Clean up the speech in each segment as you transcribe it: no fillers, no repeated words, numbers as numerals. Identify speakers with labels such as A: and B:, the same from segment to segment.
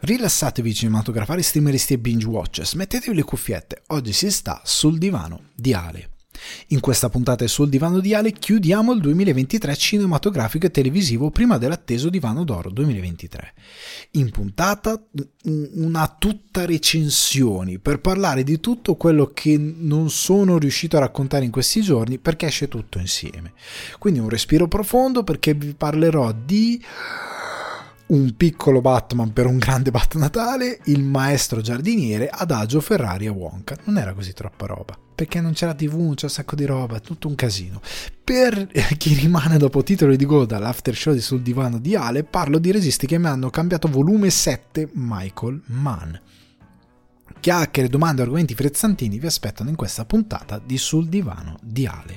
A: Rilassatevi cinematografari, streameristi e binge watchers, mettetevi le cuffiette, oggi si sta sul divano di Ale. In questa puntata sul divano di Ale chiudiamo il 2023 cinematografico e televisivo prima dell'atteso Divano d'Oro 2023. In puntata una tutta recensioni per parlare di tutto quello che non sono riuscito a raccontare in questi giorni perché esce tutto insieme. Quindi un respiro profondo perché vi parlerò di un piccolo Batman per un grande Bat Natale, il maestro giardiniere, Adagio, Ferrari e Wonka. Non era così troppa roba, perché non c'era TV, non c'era un sacco di roba, tutto un casino. Per chi rimane dopo titoli di coda all'after show di Sul divano di Ale, parlo di registi che mi hanno cambiato volume 7 Michael Mann. Chiacchiere, domande e argomenti frizzantini vi aspettano in questa puntata di Sul divano di Ale.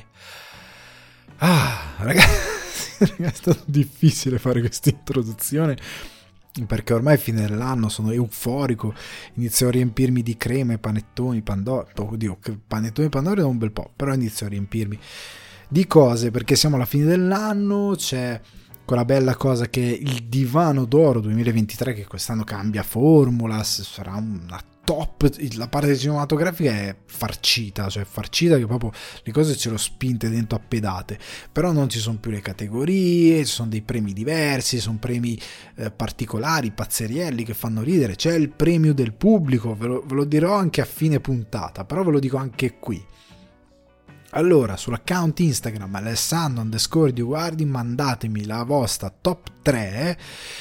A: Ragazzi, è stato difficile fare questa introduzione perché ormai è fine dell'anno, sono euforico, inizio a riempirmi di creme, panettoni, pandori. Oddio, panettoni e pandori da un bel po', però inizio a riempirmi di cose perché siamo alla fine dell'anno. C'è quella bella cosa che è il Divano d'Oro 2023 che quest'anno cambia formula, sarà una top, la parte cinematografica è farcita, cioè farcita che proprio le cose ce l'ho spinte dentro a pedate, però non ci sono più le categorie, ci sono dei premi diversi, sono premi particolari, pazzerielli che fanno ridere, c'è il premio del pubblico, ve lo dirò anche a fine puntata, però ve lo dico anche qui. Allora, sull'account Instagram Alessandro_Dioguardi mandatemi la vostra top 3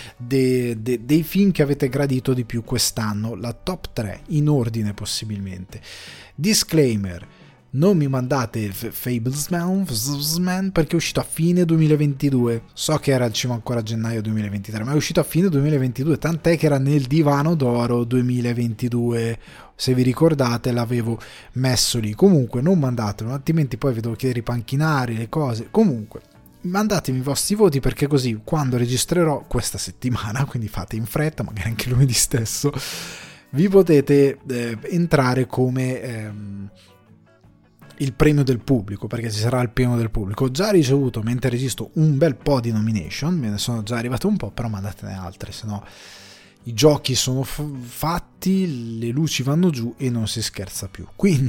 A: dei film che avete gradito di più quest'anno, la top 3 in ordine possibilmente. Disclaimer: non mi mandate Fablesman perché è uscito a fine 2022, so che era al cinema ancora a gennaio 2023, ma è uscito a fine 2022, tant'è che era nel Divano d'Oro 2022, se vi ricordate l'avevo messo lì. Comunque non mandatelo, altrimenti poi vi devo chiedere i panchinari, le cose. Comunque mandatemi i vostri voti perché così quando registrerò questa settimana, quindi fate in fretta, magari anche lunedì stesso, vi potete entrare come il premio del pubblico, perché ci sarà il premio del pubblico. Ho già ricevuto mentre registro un bel po' di nomination, me ne sono già arrivate un po', però mandatene altre, se no i giochi sono fatti, le luci vanno giù e non si scherza più. Quindi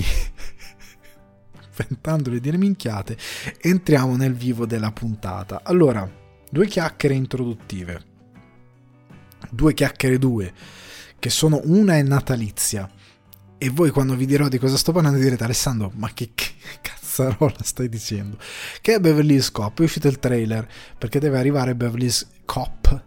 A: tentando di dire minchiate, entriamo nel vivo della puntata. Allora, 2 chiacchiere introduttive, 2 chiacchiere che sono, una è natalizia, e voi quando vi dirò di cosa sto parlando direte: Alessandro, ma che cazzarola stai dicendo? Che è Beverly Hills Cop. È uscito il trailer perché deve arrivare Beverly Hills Cop,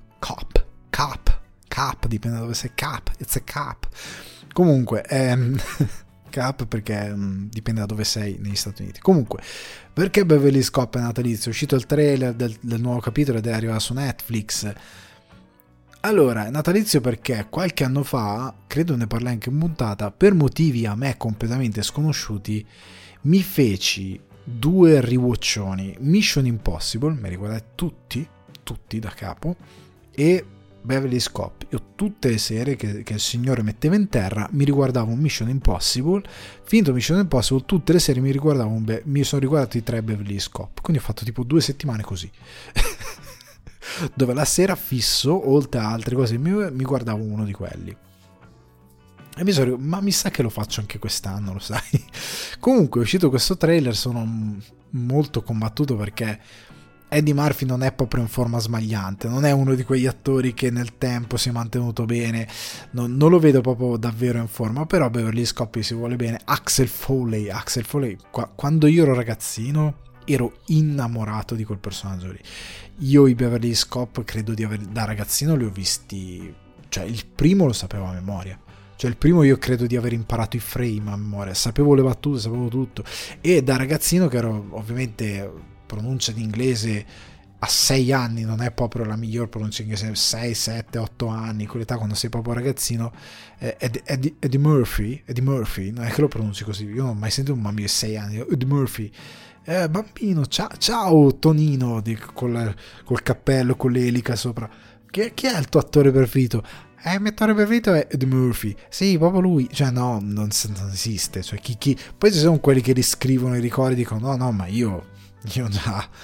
A: dipende da dove sei. It's a cap. Comunque cap perché dipende da dove sei negli Stati Uniti. Comunque, perché Beverly Hills Cop è natalizio? È uscito il trailer del nuovo capitolo ed è arrivato su Netflix. Allora, è natalizio perché qualche anno fa, credo ne parlai anche in puntata, per motivi a me completamente sconosciuti, mi feci 2 rewatchoni: Mission Impossible, mi riguardai tutti da capo, e Beverly Hills Cop. Io tutte le serie che il signore metteva in terra mi riguardavo un Mission Impossible. Finito Mission Impossible, tutte le serie mi sono riguardato i 3 Beverly Hills Cop, quindi ho fatto tipo 2 settimane così dove la sera fisso, oltre a altre cose, mi guardavo uno di quelli e ma mi sa che lo faccio anche quest'anno, lo sai. Comunque è uscito questo trailer, sono molto combattuto perché Eddie Murphy non è proprio in forma smagliante, non è uno di quegli attori che nel tempo si è mantenuto bene, non lo vedo proprio davvero in forma, però Beverly Hills Cop si vuole bene. Axel Foley, quando io ero ragazzino ero innamorato di quel personaggio lì. Io i Beverly Hills Cop credo da ragazzino li ho visti, cioè il primo lo sapevo a memoria, cioè il primo io credo di aver imparato i frame a memoria, sapevo le battute, sapevo tutto, e da ragazzino che ero, ovviamente pronuncia in inglese a 6 anni non è proprio la miglior pronuncia in inglese, 6, 7, 8 anni, quell'età quando sei proprio ragazzino. Eddie Murphy, non è che lo pronunci così, io non ho mai sentito un bambino di 6 anni, Eddie Murphy, bambino, ciao Tonino, col cappello, con l'elica sopra, chi è il tuo attore preferito? Il mio attore preferito è Eddie Murphy. Sì, proprio lui. Cioè no, non esiste, cioè chi. Poi ci sono quelli che riscrivono i ricordi e dicono no, ma io già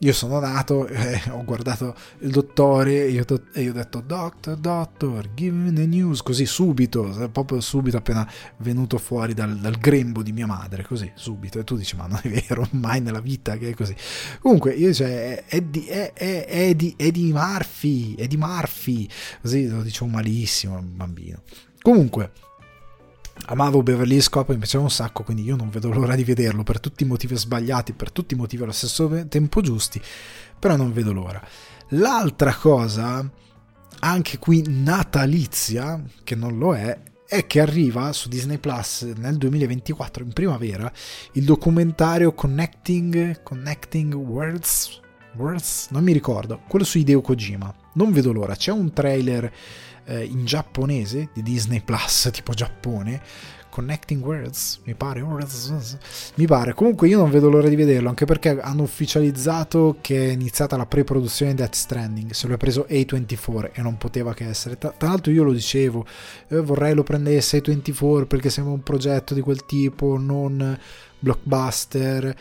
A: Io sono nato, ho guardato il dottore e io ho detto doctor, give me the news, così subito, proprio subito appena venuto fuori dal grembo di mia madre, così subito, e tu dici ma non è vero, mai nella vita che è così. Comunque io cioè è di Murphy, così lo dicevo malissimo, bambino. Comunque amavo Beverly Hills Cop, mi piaceva un sacco, quindi io non vedo l'ora di vederlo per tutti i motivi sbagliati, per tutti i motivi allo stesso tempo giusti, però non vedo l'ora. L'altra cosa, anche qui natalizia, che non lo è che arriva su Disney Plus nel 2024, in primavera, il documentario Connecting Worlds, non mi ricordo, quello su Hideo Kojima. Non vedo l'ora, c'è un trailer in giapponese di Disney Plus, tipo Giappone, Connecting Worlds, mi pare. Comunque io non vedo l'ora di vederlo, anche perché hanno ufficializzato che è iniziata la pre-produzione di Death Stranding, se lo è preso A24 e non poteva che essere. Tra l'altro io lo dicevo, vorrei lo prendesse A24 perché sembra un progetto di quel tipo, non blockbuster,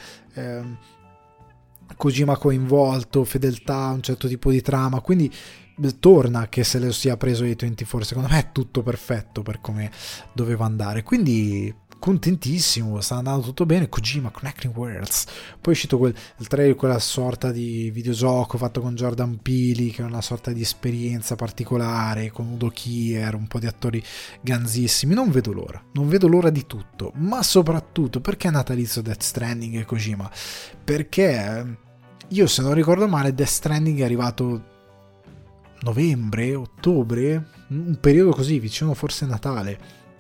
A: Kojima coinvolto, fedeltà a un certo tipo di trama, quindi torna che se lo sia preso A24, secondo me è tutto perfetto per come doveva andare, quindi contentissimo, sta andando tutto bene. Kojima Connecting Worlds, poi è uscito il trailer, quella sorta di videogioco fatto con Jordan Peele, che è una sorta di esperienza particolare con Udo Kier, un po' di attori ganzissimi. Non vedo l'ora di tutto, ma soprattutto perché è natalizio Death Stranding e Kojima, perché io, se non ricordo male, Death Stranding è arrivato novembre, ottobre, un periodo così vicino forse a Natale,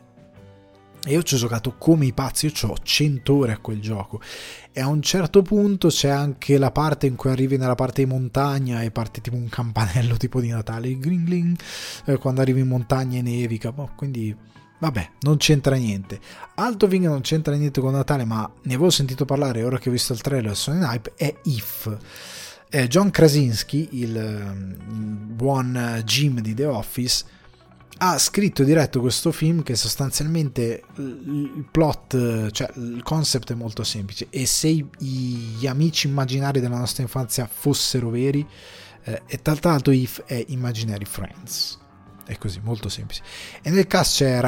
A: e io ci ho giocato come i pazzi. Io ho 100 ore a quel gioco, e a un certo punto c'è anche la parte in cui arrivi nella parte di montagna e parte tipo un campanello tipo di Natale, gling gling, quando arrivi in montagna e nevica, quindi vabbè, non c'entra niente. Altoving non c'entra niente con Natale, ma ne avevo sentito parlare ora che ho visto il trailer, sono in hype. È If. John Krasinski, il buon Jim di The Office, ha scritto e diretto questo film, che sostanzialmente il plot, cioè il concept è molto semplice, e se gli amici immaginari della nostra infanzia fossero veri, e tra l'altro If è Imaginary Friends, è così, molto semplice. E nel cast c'è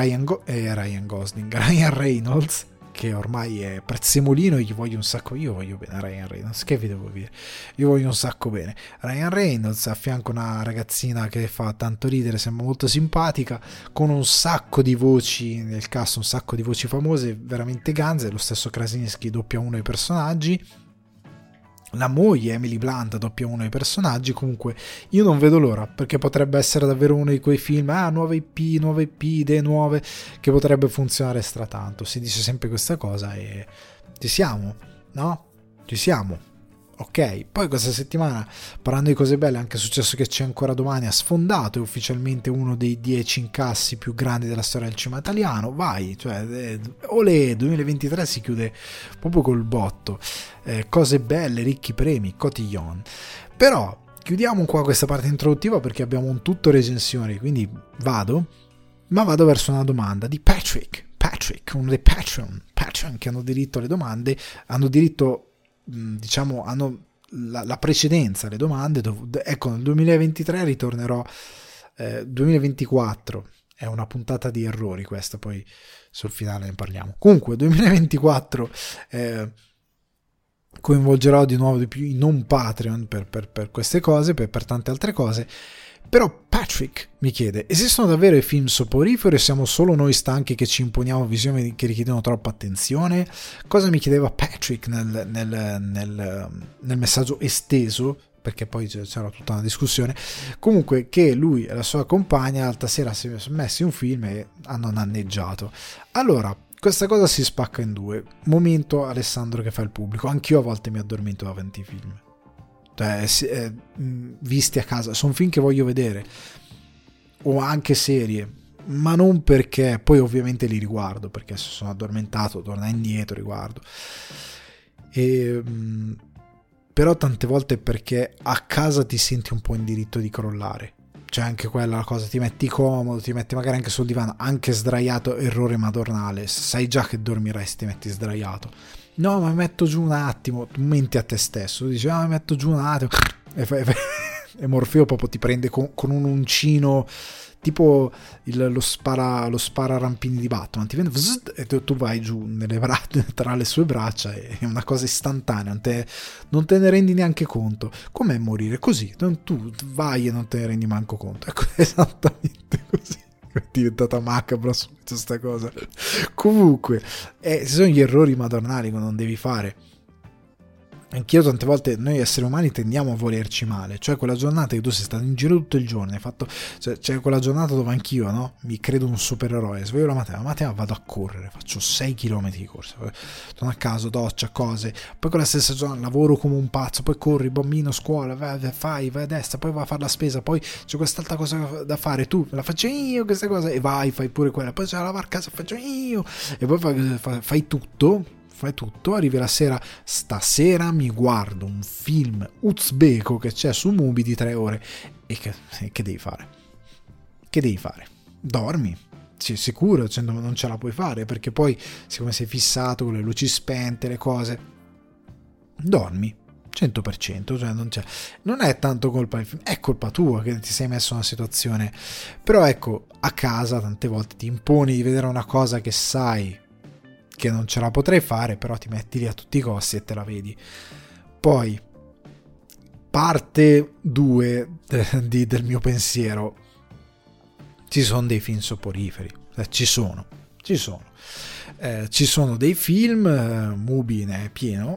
A: Ryan Reynolds, che ormai è prezzemolino, e gli voglio un sacco. Io voglio bene a Ryan Reynolds, che vi devo dire, io voglio un sacco bene Ryan Reynolds, a fianco una ragazzina che fa tanto ridere, sembra molto simpatica, con un sacco di voci nel cast, un sacco di voci famose, veramente ganze. Lo stesso Krasinski doppia uno dei personaggi, la moglie Emily Blunt doppia uno dei personaggi. Comunque io non vedo l'ora, perché potrebbe essere davvero uno di quei film, nuove IP, idee nuove, che potrebbe funzionare stratanto. Si dice sempre questa cosa e ci siamo, no? Ci siamo. Ok, poi questa settimana, parlando di cose belle, è anche successo che C'è ancora domani ha sfondato, è ufficialmente uno dei 10 incassi più grandi della storia del cinema italiano. Vai, cioè, olè, 2023 si chiude proprio col botto. Cose belle, ricchi premi, cotillon. Però chiudiamo qua questa parte introduttiva, perché abbiamo un tutto recensioni, quindi vado verso una domanda di Patrick, uno dei Patreon che hanno diritto alle domande, hanno diritto, diciamo, hanno la precedenza alle domande. Ecco, nel 2023 ritornerò, 2024 è una puntata di errori questa, poi sul finale ne parliamo. Comunque 2024 coinvolgerò di nuovo di più i non Patreon per queste cose, per tante altre cose. Però Patrick mi chiede: esistono davvero i film soporiferi o siamo solo noi stanchi che ci imponiamo visioni che richiedono troppa attenzione? Cosa mi chiedeva Patrick nel messaggio esteso, perché poi c'era tutta una discussione. Comunque, che lui e la sua compagna l'altra sera si sono messi un film e hanno nanneggiato. Allora, questa cosa si spacca in due. Momento Alessandro che fa il pubblico. Anch'io a volte mi addormento davanti ai film, visti a casa. Sono film che voglio vedere, o anche serie, ma non perché poi ovviamente li riguardo, perché se sono addormentato torna indietro, riguardo. Però tante volte perché a casa ti senti un po' in diritto di crollare, cioè anche quella la cosa, ti metti comodo, ti metti magari anche sul divano, anche sdraiato, errore madornale, sai già che dormirai se ti metti sdraiato, no, ma metto giù un attimo, tu menti a te stesso, dici, mi metto giù un attimo, e Morfeo proprio ti prende con un uncino, tipo lo spara rampini di Batman, ti viene e tu vai giù tra le sue braccia, è una cosa istantanea, non te ne rendi neanche conto. Com'è morire così? Tu vai e non te ne rendi manco conto. Ecco, esattamente così. È diventata macabra subito sta cosa. Comunque, ci sono gli errori madornali che non devi fare. Anch'io tante volte, noi esseri umani tendiamo a volerci male, cioè quella giornata che tu sei stato in giro tutto il giorno, hai fatto, cioè quella giornata dove anch'io, no? Mi credo un supereroe, sveglio la mattina vado a correre, faccio 6 km di corsa, torno a casa, doccia, cose, poi quella stessa giornata lavoro come un pazzo, poi corri, bambino, scuola, vai a destra, poi vai a fare la spesa, poi c'è quest'altra cosa da fare, tu la faccio io questa cosa, e vai, fai pure quella, poi c'è la lavare a casa, faccio io, e poi fai tutto, arrivi la sera, stasera mi guardo un film uzbeko che c'è su Mubi di 3 ore, e che devi fare? Che devi fare? Dormi, sì, sicuro, cioè non ce la puoi fare, perché poi siccome sei fissato con le luci spente, le cose, dormi 100%, cioè non è tanto colpa del film, è colpa tua che ti sei messo in una situazione. Però ecco, a casa tante volte ti imponi di vedere una cosa che sai che non ce la potrei fare, però ti metti lì a tutti i costi e te la vedi. Poi parte 2 del mio pensiero: ci sono dei film soporiferi, ci sono dei film, Mubi ne è pieno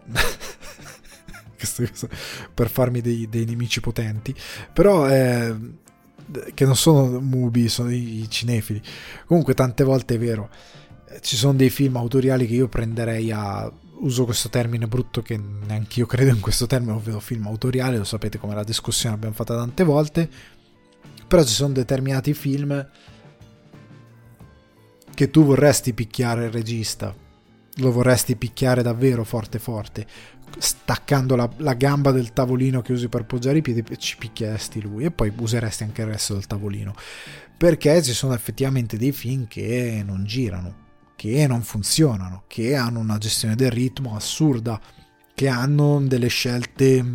A: per farmi dei nemici potenti, però che non sono Mubi, sono i cinefili. Comunque tante volte è vero, ci sono dei film autoriali che io prenderei uso questo termine brutto che neanche io credo in questo termine, ovvero film autoriale, lo sapete come la discussione abbiamo fatta tante volte, però ci sono determinati film che tu vorresti picchiare il regista, lo vorresti picchiare davvero forte forte, staccando la gamba del tavolino che usi per poggiare i piedi, ci picchieresti lui e poi useresti anche il resto del tavolino, perché ci sono effettivamente dei film che non girano, che non funzionano, che hanno una gestione del ritmo assurda, che hanno delle scelte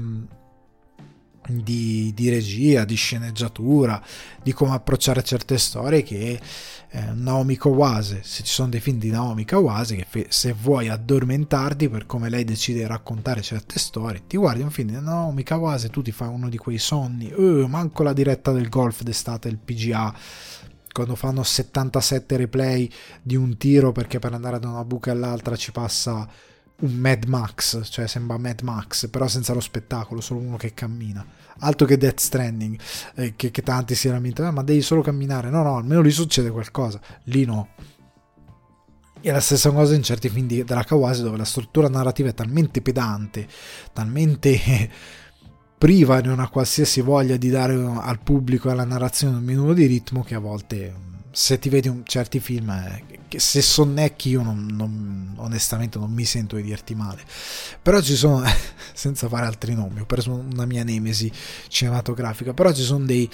A: di regia, di sceneggiatura, di come approcciare certe storie che Naomi Kawase, se ci sono dei film di Naomi Kawase che se vuoi addormentarti per come lei decide di raccontare certe storie, ti guardi un film di Naomi Kawase, tu ti fai uno di quei sonni, manco la diretta del golf d'estate, il PGA, quando fanno 77 replay di un tiro perché per andare da una buca all'altra ci passa un Mad Max, cioè sembra Mad Max però senza lo spettacolo, solo uno che cammina, altro che Death Stranding, che tanti si lamentano, ma devi solo camminare, no, almeno lì succede qualcosa, lì no. E la stessa cosa in certi film della Kawase, dove la struttura narrativa è talmente pedante, talmente priva di una qualsiasi voglia di dare al pubblico e alla narrazione un minuto di ritmo, che a volte, se ti vedi certi film, che se sonnecchi io onestamente non mi sento di dirti male. Però ci sono, senza fare altri nomi, ho preso una mia nemesi cinematografica, però ci sono dei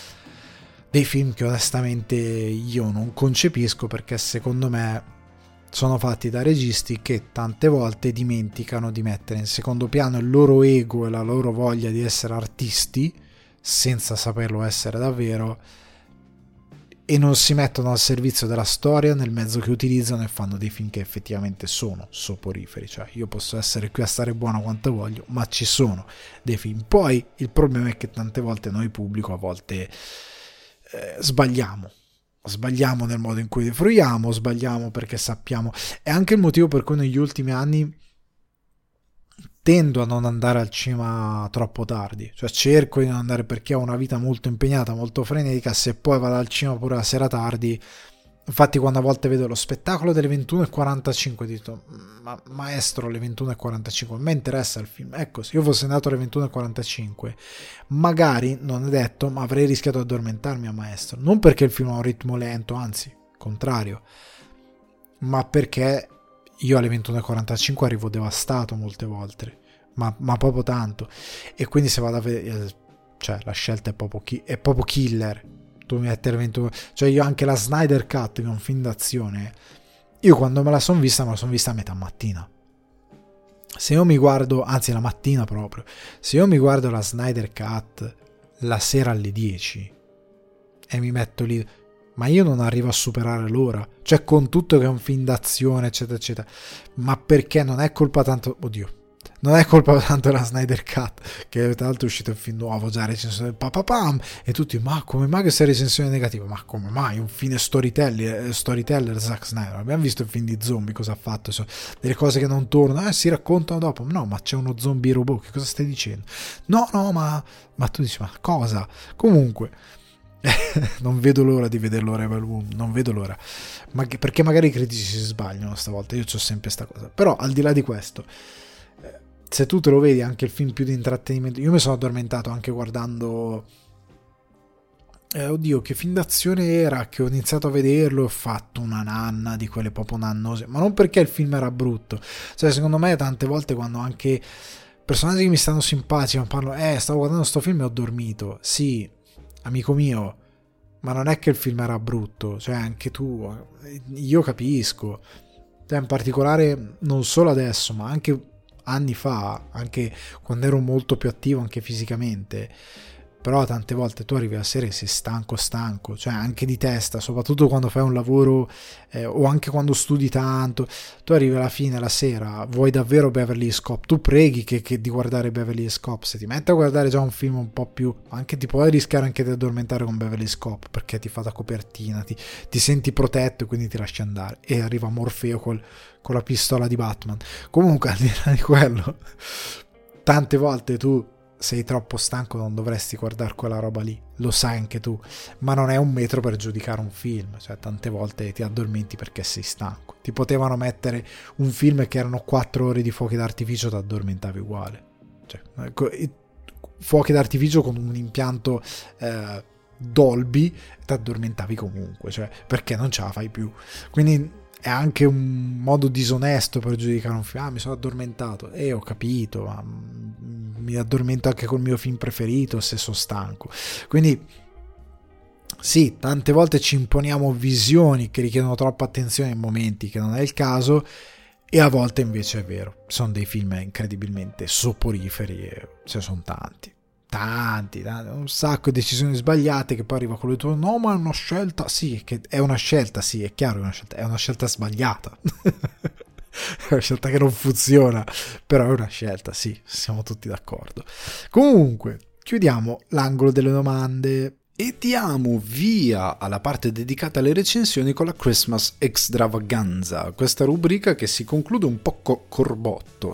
A: film che onestamente io non concepisco, perché secondo me sono fatti da registi che tante volte dimenticano di mettere in secondo piano il loro ego e la loro voglia di essere artisti, senza saperlo essere davvero, e non si mettono al servizio della storia nel mezzo che utilizzano, e fanno dei film che effettivamente sono soporiferi. Cioè, io posso essere qui a stare buono quanto voglio, ma ci sono dei film. Poi il problema è che tante volte noi pubblico a volte sbagliamo nel modo in cui fruiamo, sbagliamo perché sappiamo. È anche il motivo per cui negli ultimi anni tendo a non andare al cinema troppo tardi, cioè cerco di non andare, perché ho una vita molto impegnata, molto frenetica. Se poi vado al cinema pure la sera tardi, infatti quando a volte vedo lo spettacolo delle 21:45 dico, ma maestro, alle 21:45 mi interessa il film. Ecco, se io fossi andato alle 21:45 magari, non è detto, ma avrei rischiato di addormentarmi a maestro, non perché il film ha un ritmo lento, anzi contrario, ma perché io alle 21:45 arrivo devastato molte volte, ma proprio tanto, e quindi se vado a vedere, cioè la scelta è proprio killer. Tu mi metti alle 21, cioè io anche la Snyder Cut, che è un film d'azione, io quando me la sono vista a metà mattina, se io mi guardo, anzi la mattina proprio, se io mi guardo la Snyder Cut la sera alle 10 e mi metto lì, ma io non arrivo a superare l'ora, cioè con tutto che è un film d'azione eccetera eccetera, ma perché non è colpa tanto, oddio, non è colpa tanto della Snyder Cut, che tra l'altro è uscito un film nuovo, già recensione papapam, e tutti, ma come mai questa recensione negativa? Ma come mai? Un fine storyteller Zack Snyder, abbiamo visto il film di zombie, cosa ha fatto? Delle cose che non tornano, si raccontano dopo, no, ma c'è uno zombie robot, che cosa stai dicendo? No, ma tu dici, ma cosa? Comunque, non vedo l'ora di vederlo Rebel Moon, non vedo l'ora, perché magari i critici si sbagliano stavolta, io c'ho sempre sta cosa, però al di là di questo, se tu te lo vedi anche il film più di intrattenimento, io mi sono addormentato anche guardando oddio che film d'azione era, che ho iniziato a vederlo e ho fatto una nanna di quelle proprio nannose, ma non perché il film era brutto, cioè secondo me tante volte quando anche personaggi che mi stanno simpatici mi parlano stavo guardando sto film e ho dormito, sì amico mio, ma non è che il film era brutto, cioè anche tu, io capisco, cioè, in particolare non solo adesso ma anche anni fa, anche quando ero molto più attivo anche fisicamente, però tante volte tu arrivi la sera e sei stanco, cioè anche di testa, soprattutto quando fai un lavoro o anche quando studi tanto, tu arrivi alla fine la sera, vuoi davvero Beverly Hills Cop, tu preghi che di guardare Beverly Hills Cop, se ti metti a guardare già un film un po' più, anche ti puoi rischiare anche di addormentare con Beverly Hills Cop, perché ti fa da copertina, ti senti protetto e quindi ti lasci andare, e arriva Morfeo con la pistola di Batman. Comunque al di là di quello, tante volte tu sei troppo stanco, non dovresti guardare quella roba lì, lo sai anche tu, ma non è un metro per giudicare un film, cioè tante volte ti addormenti perché sei stanco, ti potevano mettere un film che erano 4 ore di fuochi d'artificio, ti addormentavi uguale, cioè, fuochi d'artificio con un impianto Dolby, ti addormentavi comunque, cioè perché non ce la fai più, quindi è anche un modo disonesto per giudicare un film. Mi sono addormentato e ho capito, ma mi addormento anche col mio film preferito se sono stanco, quindi sì, tante volte ci imponiamo visioni che richiedono troppa attenzione in momenti che non è il caso, e a volte invece è vero, sono dei film incredibilmente soporiferi e ce ne sono tanti, un sacco di decisioni sbagliate, che poi arriva quello di tu, no ma è una scelta, sì, che è una scelta, sì, è chiaro, è una scelta sbagliata è una scelta che non funziona, però è una scelta, sì, siamo tutti d'accordo. Comunque chiudiamo l'angolo delle domande e diamo via alla parte dedicata alle recensioni con la Christmas Extravaganza, questa rubrica che si conclude un po' corbotto,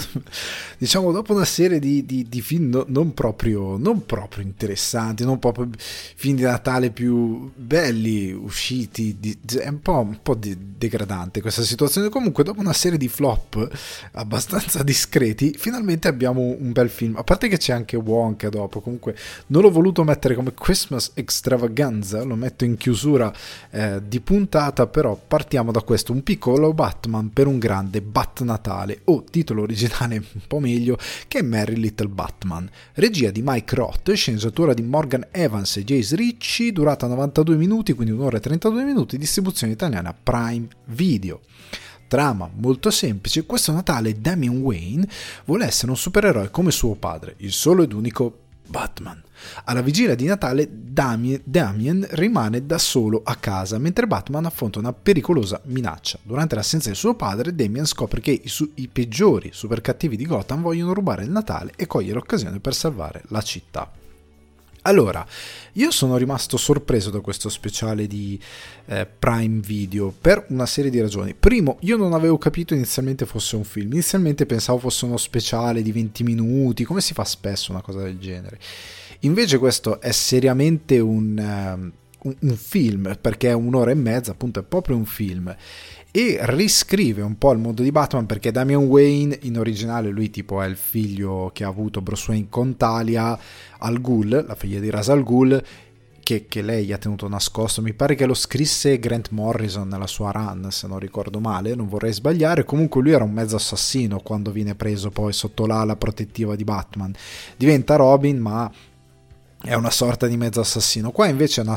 A: diciamo dopo una serie di film non proprio interessanti, non proprio film di Natale più belli usciti, è un po' degradante questa situazione. Comunque dopo una serie di flop abbastanza discreti, finalmente abbiamo un bel film, a parte che c'è anche Wonka dopo, comunque non l'ho voluto mettere come Christmas Extravaganza, lo metto in chiusura di puntata, però partiamo da questo, un piccolo Batman per un grande Bat Natale, o titolo originale un po' meglio, che è Merry Little Batman, regia di Mike Roth, sceneggiatura di Morgan Evans e Jace Ricci, durata 92 minuti, quindi 1 ora e 32 minuti, distribuzione italiana Prime Video. Trama molto semplice: questo Natale Damian Wayne vuole essere un supereroe come suo padre, il solo ed unico Batman. Alla vigilia di Natale Damian rimane da solo a casa mentre Batman affronta una pericolosa minaccia. Durante l'assenza di suo padre, Damian scopre che i peggiori supercattivi di Gotham vogliono rubare il Natale e coglie l'occasione per salvare la città. Allora, io sono rimasto sorpreso da questo speciale di Prime Video per una serie di ragioni. Primo, io non avevo capito inizialmente fosse un film, inizialmente pensavo fosse uno speciale di 20 minuti, come si fa spesso una cosa del genere. Invece questo è seriamente un film, perché è 1 ora e mezza, appunto è proprio un film, e riscrive un po' il mondo di Batman, perché Damian Wayne in originale lui tipo è il figlio che ha avuto Bruce Wayne con Talia al Ghul, la figlia di Ra's al Ghul, che lei ha tenuto nascosto. Mi pare che lo scrisse Grant Morrison nella sua run, se non ricordo male, non vorrei sbagliare. Comunque lui era un mezzo assassino quando viene preso poi sotto l'ala protettiva di Batman, diventa Robin ma è una sorta di mezzo assassino. Qua invece è una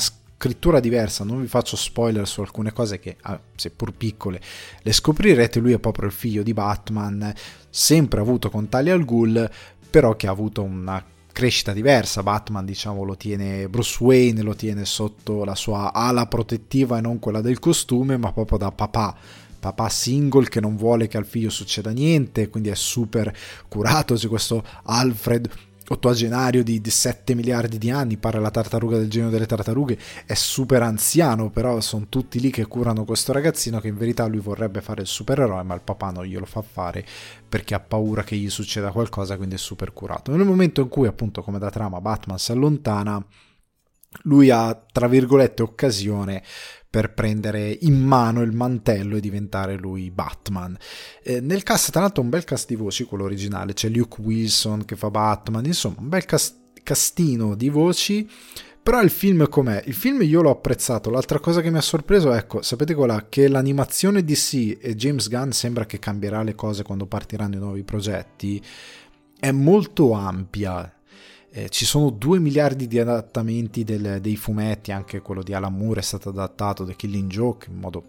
A: scrittura diversa, non vi faccio spoiler su alcune cose che, seppur piccole, le scoprirete. Lui è proprio il figlio di Batman, sempre avuto con Talia al Ghul, però che ha avuto una crescita diversa. Batman, diciamo, lo tiene, Bruce Wayne lo tiene sotto la sua ala protettiva e non quella del costume, ma proprio da papà single che non vuole che al figlio succeda niente, quindi è super curato. C'è questo Alfred ottogenario di 7 miliardi di anni, pare la tartaruga del genio delle tartarughe, è super anziano, però sono tutti lì che curano questo ragazzino che in verità lui vorrebbe fare il supereroe, ma il papà non glielo fa fare perché ha paura che gli succeda qualcosa, quindi è super curato. Nel momento in cui, appunto, come da trama, Batman si allontana, lui ha, tra virgolette, occasione per prendere in mano il mantello e diventare lui Batman. Nel cast, tra l'altro, un bel cast di voci, quello originale, c'è Luke Wilson che fa Batman, insomma un bel castino di voci. Però il film com'è? Il film io l'ho apprezzato. L'altra cosa che mi ha sorpreso, ecco, sapete qual è? Che l'animazione DC e James Gunn sembra che cambierà le cose quando partiranno i nuovi progetti, è molto ampia. Ci sono 2 miliardi di adattamenti dei fumetti, anche quello di Alan Moore è stato adattato, The Killing Joke, in modo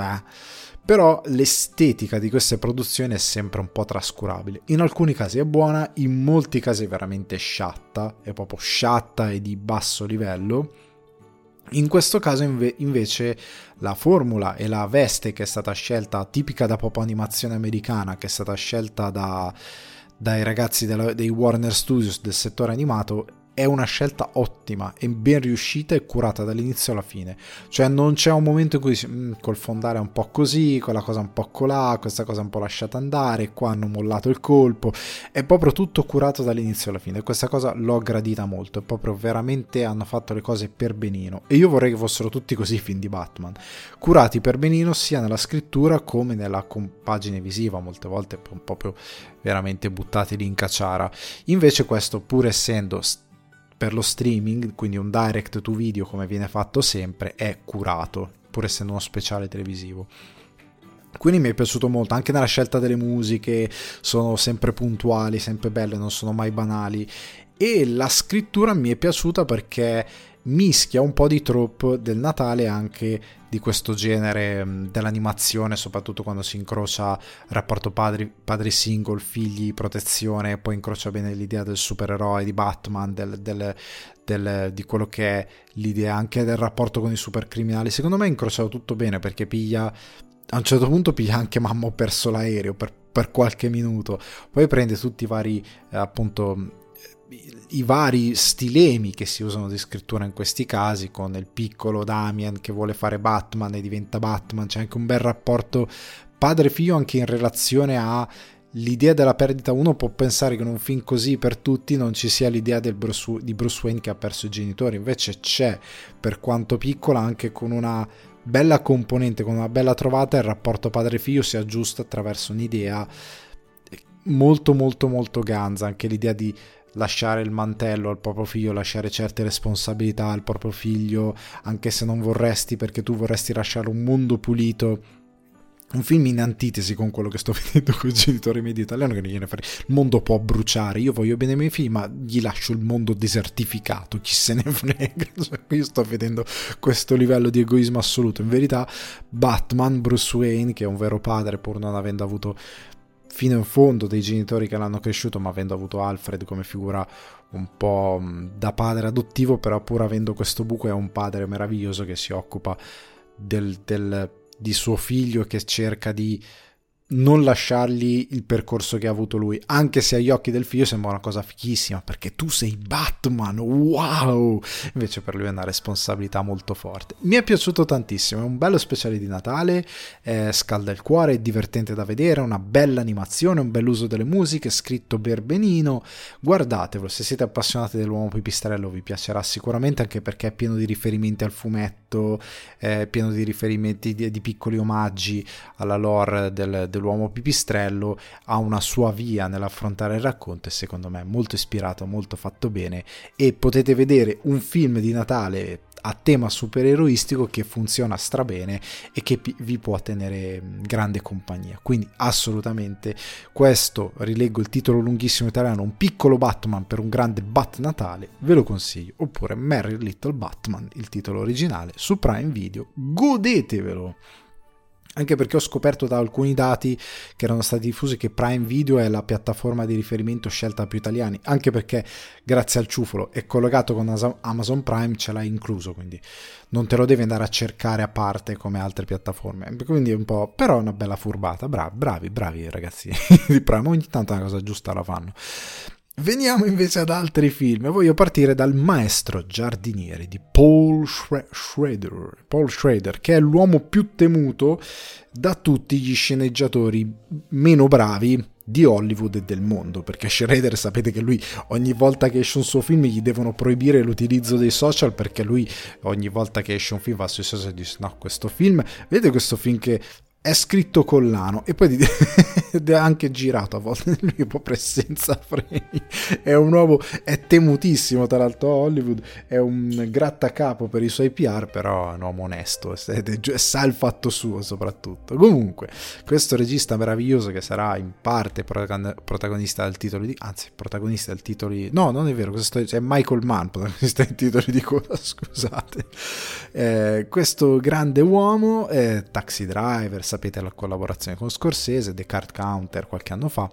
A: però l'estetica di queste produzioni è sempre un po' trascurabile. In alcuni casi è buona, in molti casi è veramente sciatta, è proprio sciatta e di basso livello. In questo caso invece la formula e la veste che è stata scelta, tipica da proprio animazione americana, che è stata scelta dai ragazzi dei Warner Studios del settore animato, è una scelta ottima e ben riuscita e curata dall'inizio alla fine. Cioè non c'è un momento in cui col fondale è un po' così, quella cosa un po' colà, questa cosa un po' lasciata andare, qua hanno mollato il colpo. È proprio tutto curato dall'inizio alla fine, e questa cosa l'ho gradita molto. È proprio veramente, hanno fatto le cose per benino, e io vorrei che fossero tutti così i film di Batman, curati per benino sia nella scrittura come nella compagine visiva, molte volte proprio veramente buttati lì in cacciara. Invece questo, pur essendo per lo streaming, quindi un direct to video come viene fatto sempre, è curato, pur essendo uno speciale televisivo. Quindi mi è piaciuto molto, anche nella scelta delle musiche sono sempre puntuali, sempre belle, non sono mai banali, e la scrittura mi è piaciuta perché mischia un po' di trope del Natale anche di questo genere dell'animazione, soprattutto quando si incrocia il rapporto padri single, figli, protezione, poi incrocia bene l'idea del supereroe di Batman, di quello che è l'idea anche del rapporto con i supercriminali. Secondo me è incrociato tutto bene, perché a un certo punto piglia anche mamma ho perso l'aereo per qualche minuto, poi prende tutti i vari appunto i vari stilemi che si usano di scrittura in questi casi, con il piccolo Damian che vuole fare Batman e diventa Batman. C'è anche un bel rapporto padre-figlio anche in relazione a l'idea della perdita. Uno può pensare che in un film così per tutti non ci sia l'idea di Bruce Wayne che ha perso i genitori, invece c'è, per quanto piccola, anche con una bella componente, con una bella trovata. Il rapporto padre-figlio si aggiusta attraverso un'idea molto molto molto ganza, anche l'idea di lasciare il mantello al proprio figlio, lasciare certe responsabilità al proprio figlio, anche se non vorresti, perché tu vorresti lasciare un mondo pulito. Un film in antitesi con quello che sto vedendo con i genitori miei di italiano, che non gliene frega, il mondo può bruciare, io voglio bene ai miei figli, ma gli lascio il mondo desertificato, chi se ne frega. Cioè, io sto vedendo questo livello di egoismo assoluto. In verità Batman, Bruce Wayne, che è un vero padre, pur non avendo avuto fino in fondo dei genitori che l'hanno cresciuto, ma avendo avuto Alfred come figura un po' da padre adottivo, però pur avendo questo buco, è un padre meraviglioso che si occupa di suo figlio e che cerca di non lasciargli il percorso che ha avuto lui, anche se agli occhi del figlio sembra una cosa fighissima, perché tu sei Batman, wow! Invece per lui è una responsabilità molto forte. Mi è piaciuto tantissimo, è un bello speciale di Natale, scalda il cuore, è divertente da vedere, una bella animazione, un bell'uso delle musiche, scritto per benino. Guardatevelo, se siete appassionati dell'uomo pipistrello vi piacerà sicuramente, anche perché è pieno di riferimenti al fumetto, pieno di riferimenti di piccoli omaggi alla lore dell'uomo pipistrello, ha una sua via nell'affrontare il racconto, e secondo me è molto ispirato, molto fatto bene, e potete vedere un film di Natale a tema supereroistico che funziona strabene e che vi può tenere grande compagnia. Quindi assolutamente questo, rileggo il titolo lunghissimo italiano, Un piccolo Batman per un grande Bat Natale, ve lo consiglio, oppure Merry Little Batman, il titolo originale, su Prime Video, godetevelo. Anche perché ho scoperto da alcuni dati che erano stati diffusi che Prime Video è la piattaforma di riferimento scelta più italiani, anche perché grazie al ciufolo è collegato con Amazon Prime, ce l'ha incluso, quindi non te lo devi andare a cercare a parte come altre piattaforme, quindi è un po', però è una bella furbata. Bravi ragazzi di Prime, ogni tanto una cosa giusta la fanno. Veniamo invece ad altri film. Voglio partire dal Maestro giardiniere di Paul Schrader, che è l'uomo più temuto da tutti gli sceneggiatori meno bravi di Hollywood e del mondo, perché Schrader, sapete che lui ogni volta che esce un suo film gli devono proibire l'utilizzo dei social, perché lui ogni volta che esce un film va sui social e dice no, questo film, vedete questo film che è scritto con l'ano, e poi ed è anche girato a volte, lui è proprio senza freni, è un uomo, è temutissimo tra l'altro a Hollywood, è un grattacapo per i suoi PR, però è un uomo onesto, sa il fatto suo soprattutto. Comunque questo regista meraviglioso, che sarà in parte protagonista del titolo di, anzi protagonista del titolo di, no non è vero, è Michael Mann protagonista del titolo di coda, scusate, questo grande uomo, Taxi Driver, sapete, la collaborazione con Scorsese, The Card Counter qualche anno fa.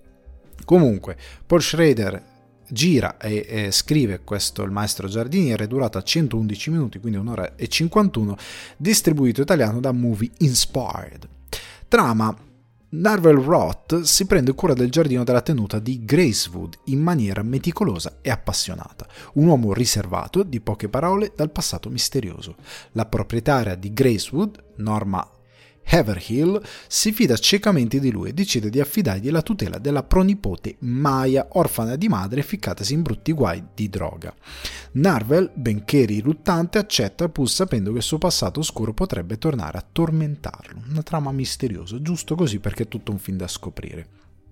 A: Comunque Paul Schrader gira e scrive questo Il Maestro giardiniere, durata 111 minuti, quindi 1 ora e 51, distribuito italiano da Movie Inspired. Trama: Narvel Roth si prende cura del giardino della tenuta di Gracewood in maniera meticolosa e appassionata. Un uomo riservato, di poche parole, dal passato misterioso. La proprietaria di Gracewood, Norma Haverhill, si fida ciecamente di lui e decide di affidargli la tutela della pronipote Maya, orfana di madre e ficcatasi in brutti guai di droga. Narvel, benché riluttante, accetta, pur sapendo che il suo passato oscuro potrebbe tornare a tormentarlo. Una trama misteriosa, giusto così perché è tutto un film da scoprire.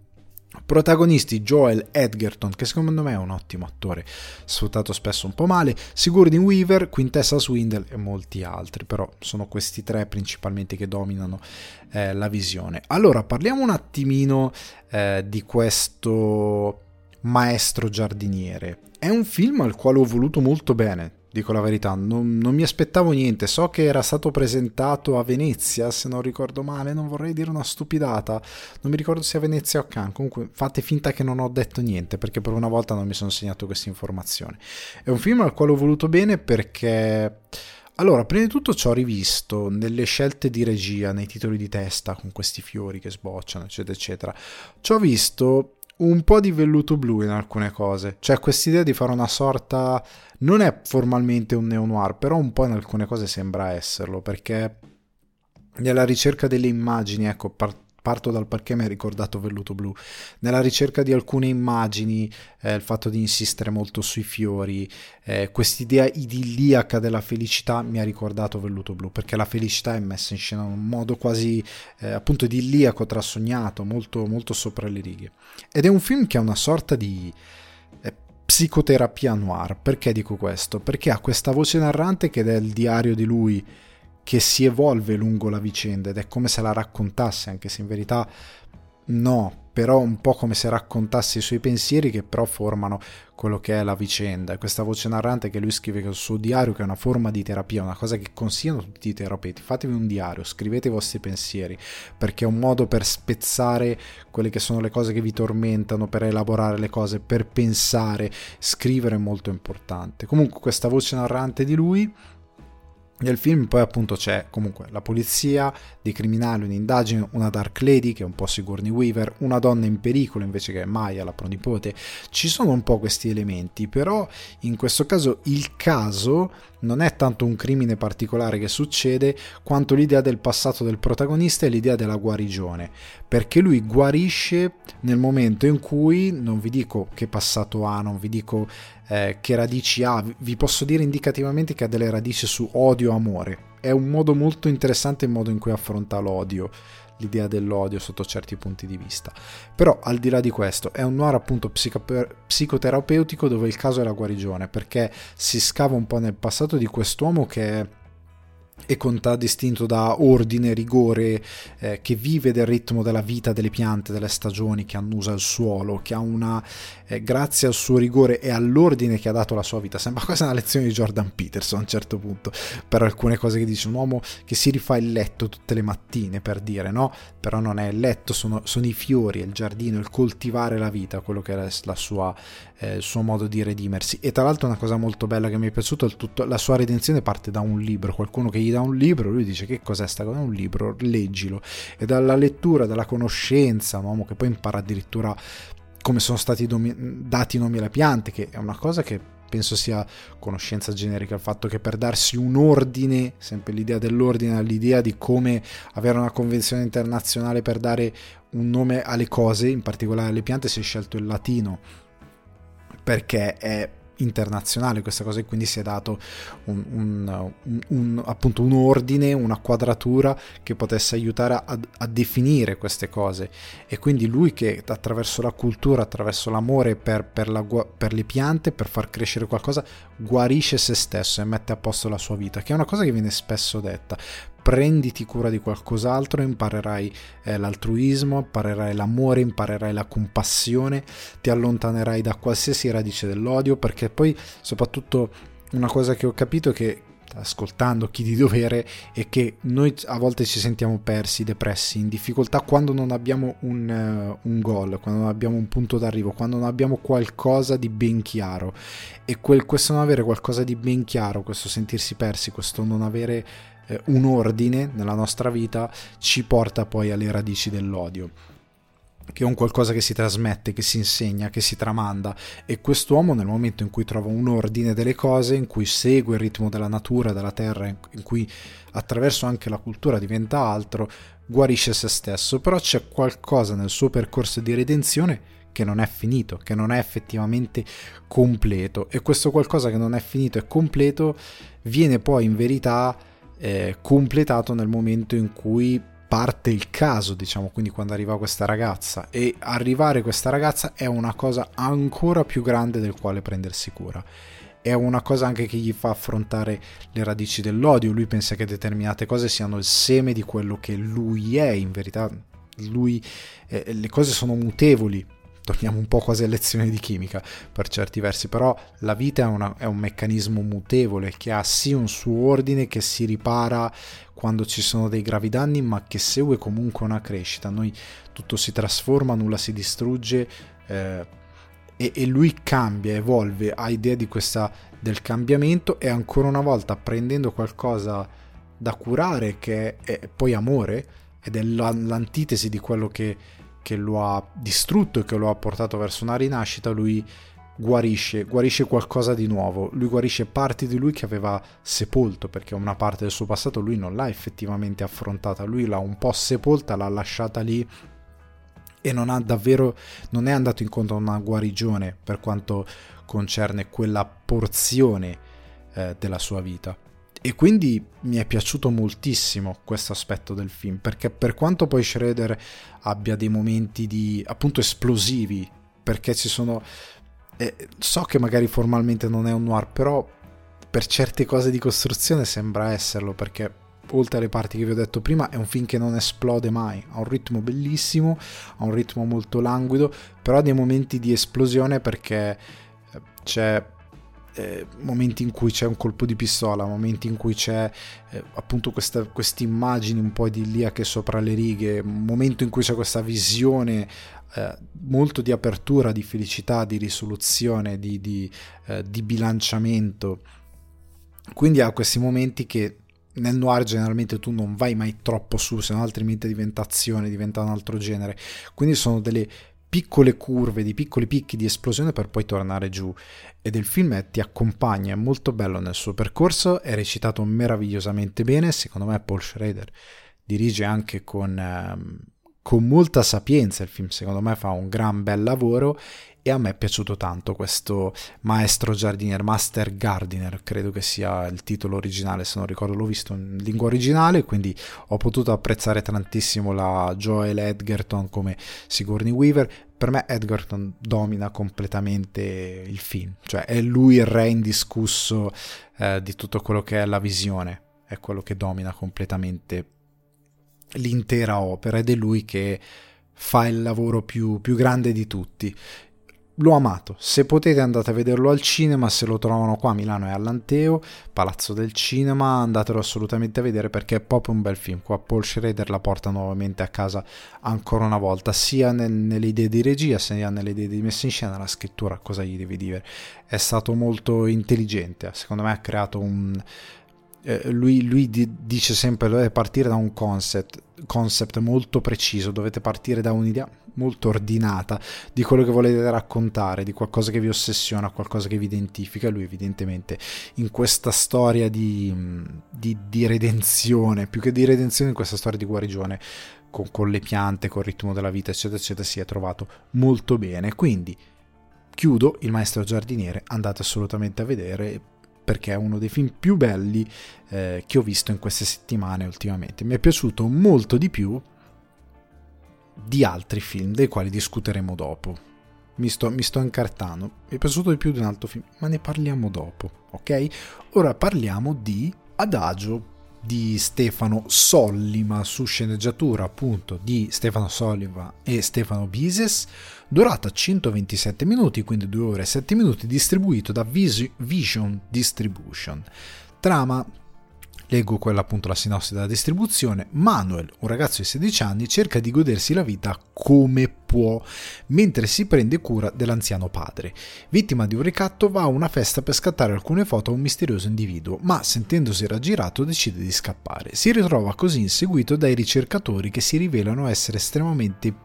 A: Protagonisti: Joel Edgerton, che secondo me è un ottimo attore, sfruttato spesso un po' male, Sigourney Weaver, Quintessa Swindle e molti altri, però sono questi tre principalmente che dominano la visione. Allora parliamo un attimino di questo Maestro giardiniere. È un film al quale ho voluto molto bene, dico la verità, non mi aspettavo niente. So che era stato presentato a Venezia, se non ricordo male, non vorrei dire una stupidata, non mi ricordo se a Venezia o a Cannes, comunque fate finta che non ho detto niente, perché per una volta non mi sono segnato questa informazione. È un film al quale ho voluto bene perché, allora, prima di tutto ci ho rivisto nelle scelte di regia, nei titoli di testa con questi fiori che sbocciano eccetera eccetera, ci ho visto un po' di velluto blu in alcune cose, cioè quest'idea di fare una sorta, non è formalmente un neo-noir, però un po' in alcune cose sembra esserlo, perché nella ricerca delle immagini, ecco, parto dal perché mi ha ricordato velluto blu, nella ricerca di alcune immagini, il fatto di insistere molto sui fiori, quest'idea idilliaca della felicità mi ha ricordato velluto blu, perché la felicità è messa in scena in un modo quasi appunto idilliaco, trasognato, molto, molto sopra le righe, ed è un film che ha una sorta di psicoterapia noir. Perché dico questo? Perché ha questa voce narrante che è il diario di lui, che si evolve lungo la vicenda ed è come se la raccontasse, anche se in verità no, però un po' come se raccontasse i suoi pensieri, che però formano quello che è la vicenda. E questa voce narrante che lui scrive con il suo diario, che è una forma di terapia, una cosa che consigliano tutti i terapeuti: fatevi un diario, scrivete i vostri pensieri, perché è un modo per spezzare quelle che sono le cose che vi tormentano, per elaborare le cose, per pensare. Scrivere è molto importante. Comunque questa voce narrante di lui nel film, poi appunto c'è comunque la polizia, dei criminali, un'indagine, una Dark Lady che è un po' Sigourney Weaver, una donna in pericolo invece che è Maya, la pronipote. Ci sono un po' questi elementi, però in questo caso il caso non è tanto un crimine particolare che succede, quanto l'idea del passato del protagonista e l'idea della guarigione, perché lui guarisce nel momento in cui, non vi dico che passato ha, non vi dico che radici ha, vi posso dire indicativamente che ha delle radici su odio, amore è un modo molto interessante il modo in cui affronta l'odio, l'idea dell'odio sotto certi punti di vista. Però al di là di questo è un noir appunto psicoterapeutico, dove il caso è la guarigione, perché si scava un po' nel passato di quest'uomo che è contraddistinto da ordine, rigore, che vive del ritmo della vita, delle piante, delle stagioni, che annusa il suolo, che ha una grazie al suo rigore e all'ordine che ha dato la sua vita. Sembra quasi una lezione di Jordan Peterson a un certo punto, per alcune cose che dice: un uomo che si rifà il letto tutte le mattine, per dire, no? Però non è il letto, sono i fiori, il giardino, il coltivare la vita, quello che è il suo modo di redimersi. E tra l'altro una cosa molto bella che mi è piaciuta, la sua redenzione parte da un libro, qualcuno che gli dà un libro, lui dice: che cos'è sta cosa? Un libro, leggilo. E dalla lettura, dalla conoscenza, un uomo che poi impara addirittura come sono stati dati nomi alle piante, che è una cosa che penso sia conoscenza generica, il fatto che per darsi un ordine, sempre l'idea dell'ordine, l'idea di come avere una convenzione internazionale per dare un nome alle cose, in particolare alle piante, si è scelto il latino perché è internazionale questa cosa, e quindi si è dato appunto un ordine, una quadratura che potesse aiutare a definire queste cose. E quindi lui, che attraverso la cultura, attraverso l'amore per le piante, per far crescere qualcosa, guarisce se stesso e mette a posto la sua vita, che è una cosa che viene spesso detta: prenditi cura di qualcos'altro, imparerai l'altruismo, imparerai l'amore, imparerai la compassione, ti allontanerai da qualsiasi radice dell'odio. Perché poi, soprattutto, una cosa che ho capito, che ascoltando Chi di Dovere, è che noi a volte ci sentiamo persi, depressi, in difficoltà quando non abbiamo un goal, quando non abbiamo un punto d'arrivo, quando non abbiamo qualcosa di ben chiaro. E questo non avere qualcosa di ben chiaro, questo sentirsi persi, questo non avere un ordine nella nostra vita, ci porta poi alle radici dell'odio, che è un qualcosa che si trasmette, che si insegna, che si tramanda. E quest'uomo, nel momento in cui trova un ordine delle cose, in cui segue il ritmo della natura, della terra, in cui attraverso anche la cultura diventa altro, guarisce se stesso. Però c'è qualcosa nel suo percorso di redenzione che non è finito, che non è effettivamente completo, e questo qualcosa che non è finito e completo viene poi in verità completato nel momento in cui parte il caso, diciamo, quindi quando arriva questa ragazza. E arrivare questa ragazza è una cosa ancora più grande del quale prendersi cura, è una cosa anche che gli fa affrontare le radici dell'odio. Lui pensa che determinate cose siano il seme di quello che lui è. In verità lui le cose sono mutevoli, torniamo un po' quasi a lezioni di chimica per certi versi, però la vita è un meccanismo mutevole che ha sì un suo ordine, che si ripara quando ci sono dei gravi danni, ma che segue comunque una crescita. Tutto si trasforma, nulla si distrugge, e lui cambia, evolve, ha idea del cambiamento, e ancora una volta prendendo qualcosa da curare, che è poi amore, ed è l'antitesi di quello che lo ha distrutto e che lo ha portato verso una rinascita. Lui guarisce qualcosa di nuovo, lui guarisce parti di lui che aveva sepolto, perché una parte del suo passato lui non l'ha effettivamente affrontata, lui l'ha un po' sepolta, l'ha lasciata lì, e non è andato incontro a una guarigione per quanto concerne quella porzione della sua vita. E quindi mi è piaciuto moltissimo questo aspetto del film, perché per quanto poi Schrader abbia dei momenti di appunto esplosivi, perché ci sono so che magari formalmente non è un noir, però per certe cose di costruzione sembra esserlo, perché oltre alle parti che vi ho detto prima è un film che non esplode mai, ha un ritmo bellissimo, ha un ritmo molto languido, però ha dei momenti di esplosione, perché c'è momenti in cui c'è un colpo di pistola, momenti in cui c'è appunto queste immagini un po' idilliache sopra le righe, un momento in cui c'è questa visione molto di apertura, di felicità, di risoluzione, di bilanciamento. Quindi ha questi momenti che nel noir generalmente tu non vai mai troppo su, se no altrimenti diventa azione, diventa un altro genere. Quindi sono delle piccole curve, di piccoli picchi di esplosione per poi tornare giù, ed il film ti accompagna, è molto bello nel suo percorso, è recitato meravigliosamente bene. Secondo me Paul Schrader dirige anche con molta sapienza il film, secondo me fa un gran bel lavoro, e a me è piaciuto tanto questo maestro giardinier, Master Gardener, credo che sia il titolo originale, se non ricordo, l'ho visto in lingua originale, quindi ho potuto apprezzare tantissimo la Joel Edgerton come Sigourney Weaver. Per me Edgerton domina completamente il film, cioè è lui il re indiscusso di tutto quello che è la visione, è quello che domina completamente l'intera opera ed è lui che fa il lavoro più grande di tutti. L'ho amato, se potete andate a vederlo al cinema, se lo trovano qua a Milano è all'Anteo, Palazzo del Cinema, andatelo assolutamente a vedere perché è proprio un bel film. Qua Paul Schrader la porta nuovamente a casa ancora una volta, sia nelle idee di regia sia nelle idee di messa in scena, la scrittura, cosa gli devi dire, è stato molto intelligente, secondo me ha creato un... lui dice sempre dovete partire da un concept molto preciso, dovete partire da un'idea molto ordinata di quello che volete raccontare, di qualcosa che vi ossessiona, qualcosa che vi identifica. Lui evidentemente in questa storia di redenzione, più che di redenzione, in questa storia di guarigione con le piante, col ritmo della vita eccetera eccetera, si è trovato molto bene. Quindi chiudo Il maestro giardiniere, andate assolutamente a vedere perché è uno dei film più belli che ho visto in queste settimane ultimamente. Mi è piaciuto molto di più di altri film dei quali discuteremo dopo. Mi sto incartando. Mi è piaciuto di più di un altro film, ma ne parliamo dopo, ok? Ora parliamo di Adagio di Stefano Sollima, su sceneggiatura appunto di Stefano Sollima e Stefano Bises, durata 127 minuti, quindi 2 ore e 7 minuti, distribuito da Vision Distribution. Trama, leggo quella appunto la sinossi della distribuzione. Manuel, un ragazzo di 16 anni, cerca di godersi la vita come può, mentre si prende cura dell'anziano padre. Vittima di un ricatto, va a una festa per scattare alcune foto a un misterioso individuo, ma sentendosi raggirato decide di scappare. Si ritrova così inseguito dai ricercatori che si rivelano essere estremamente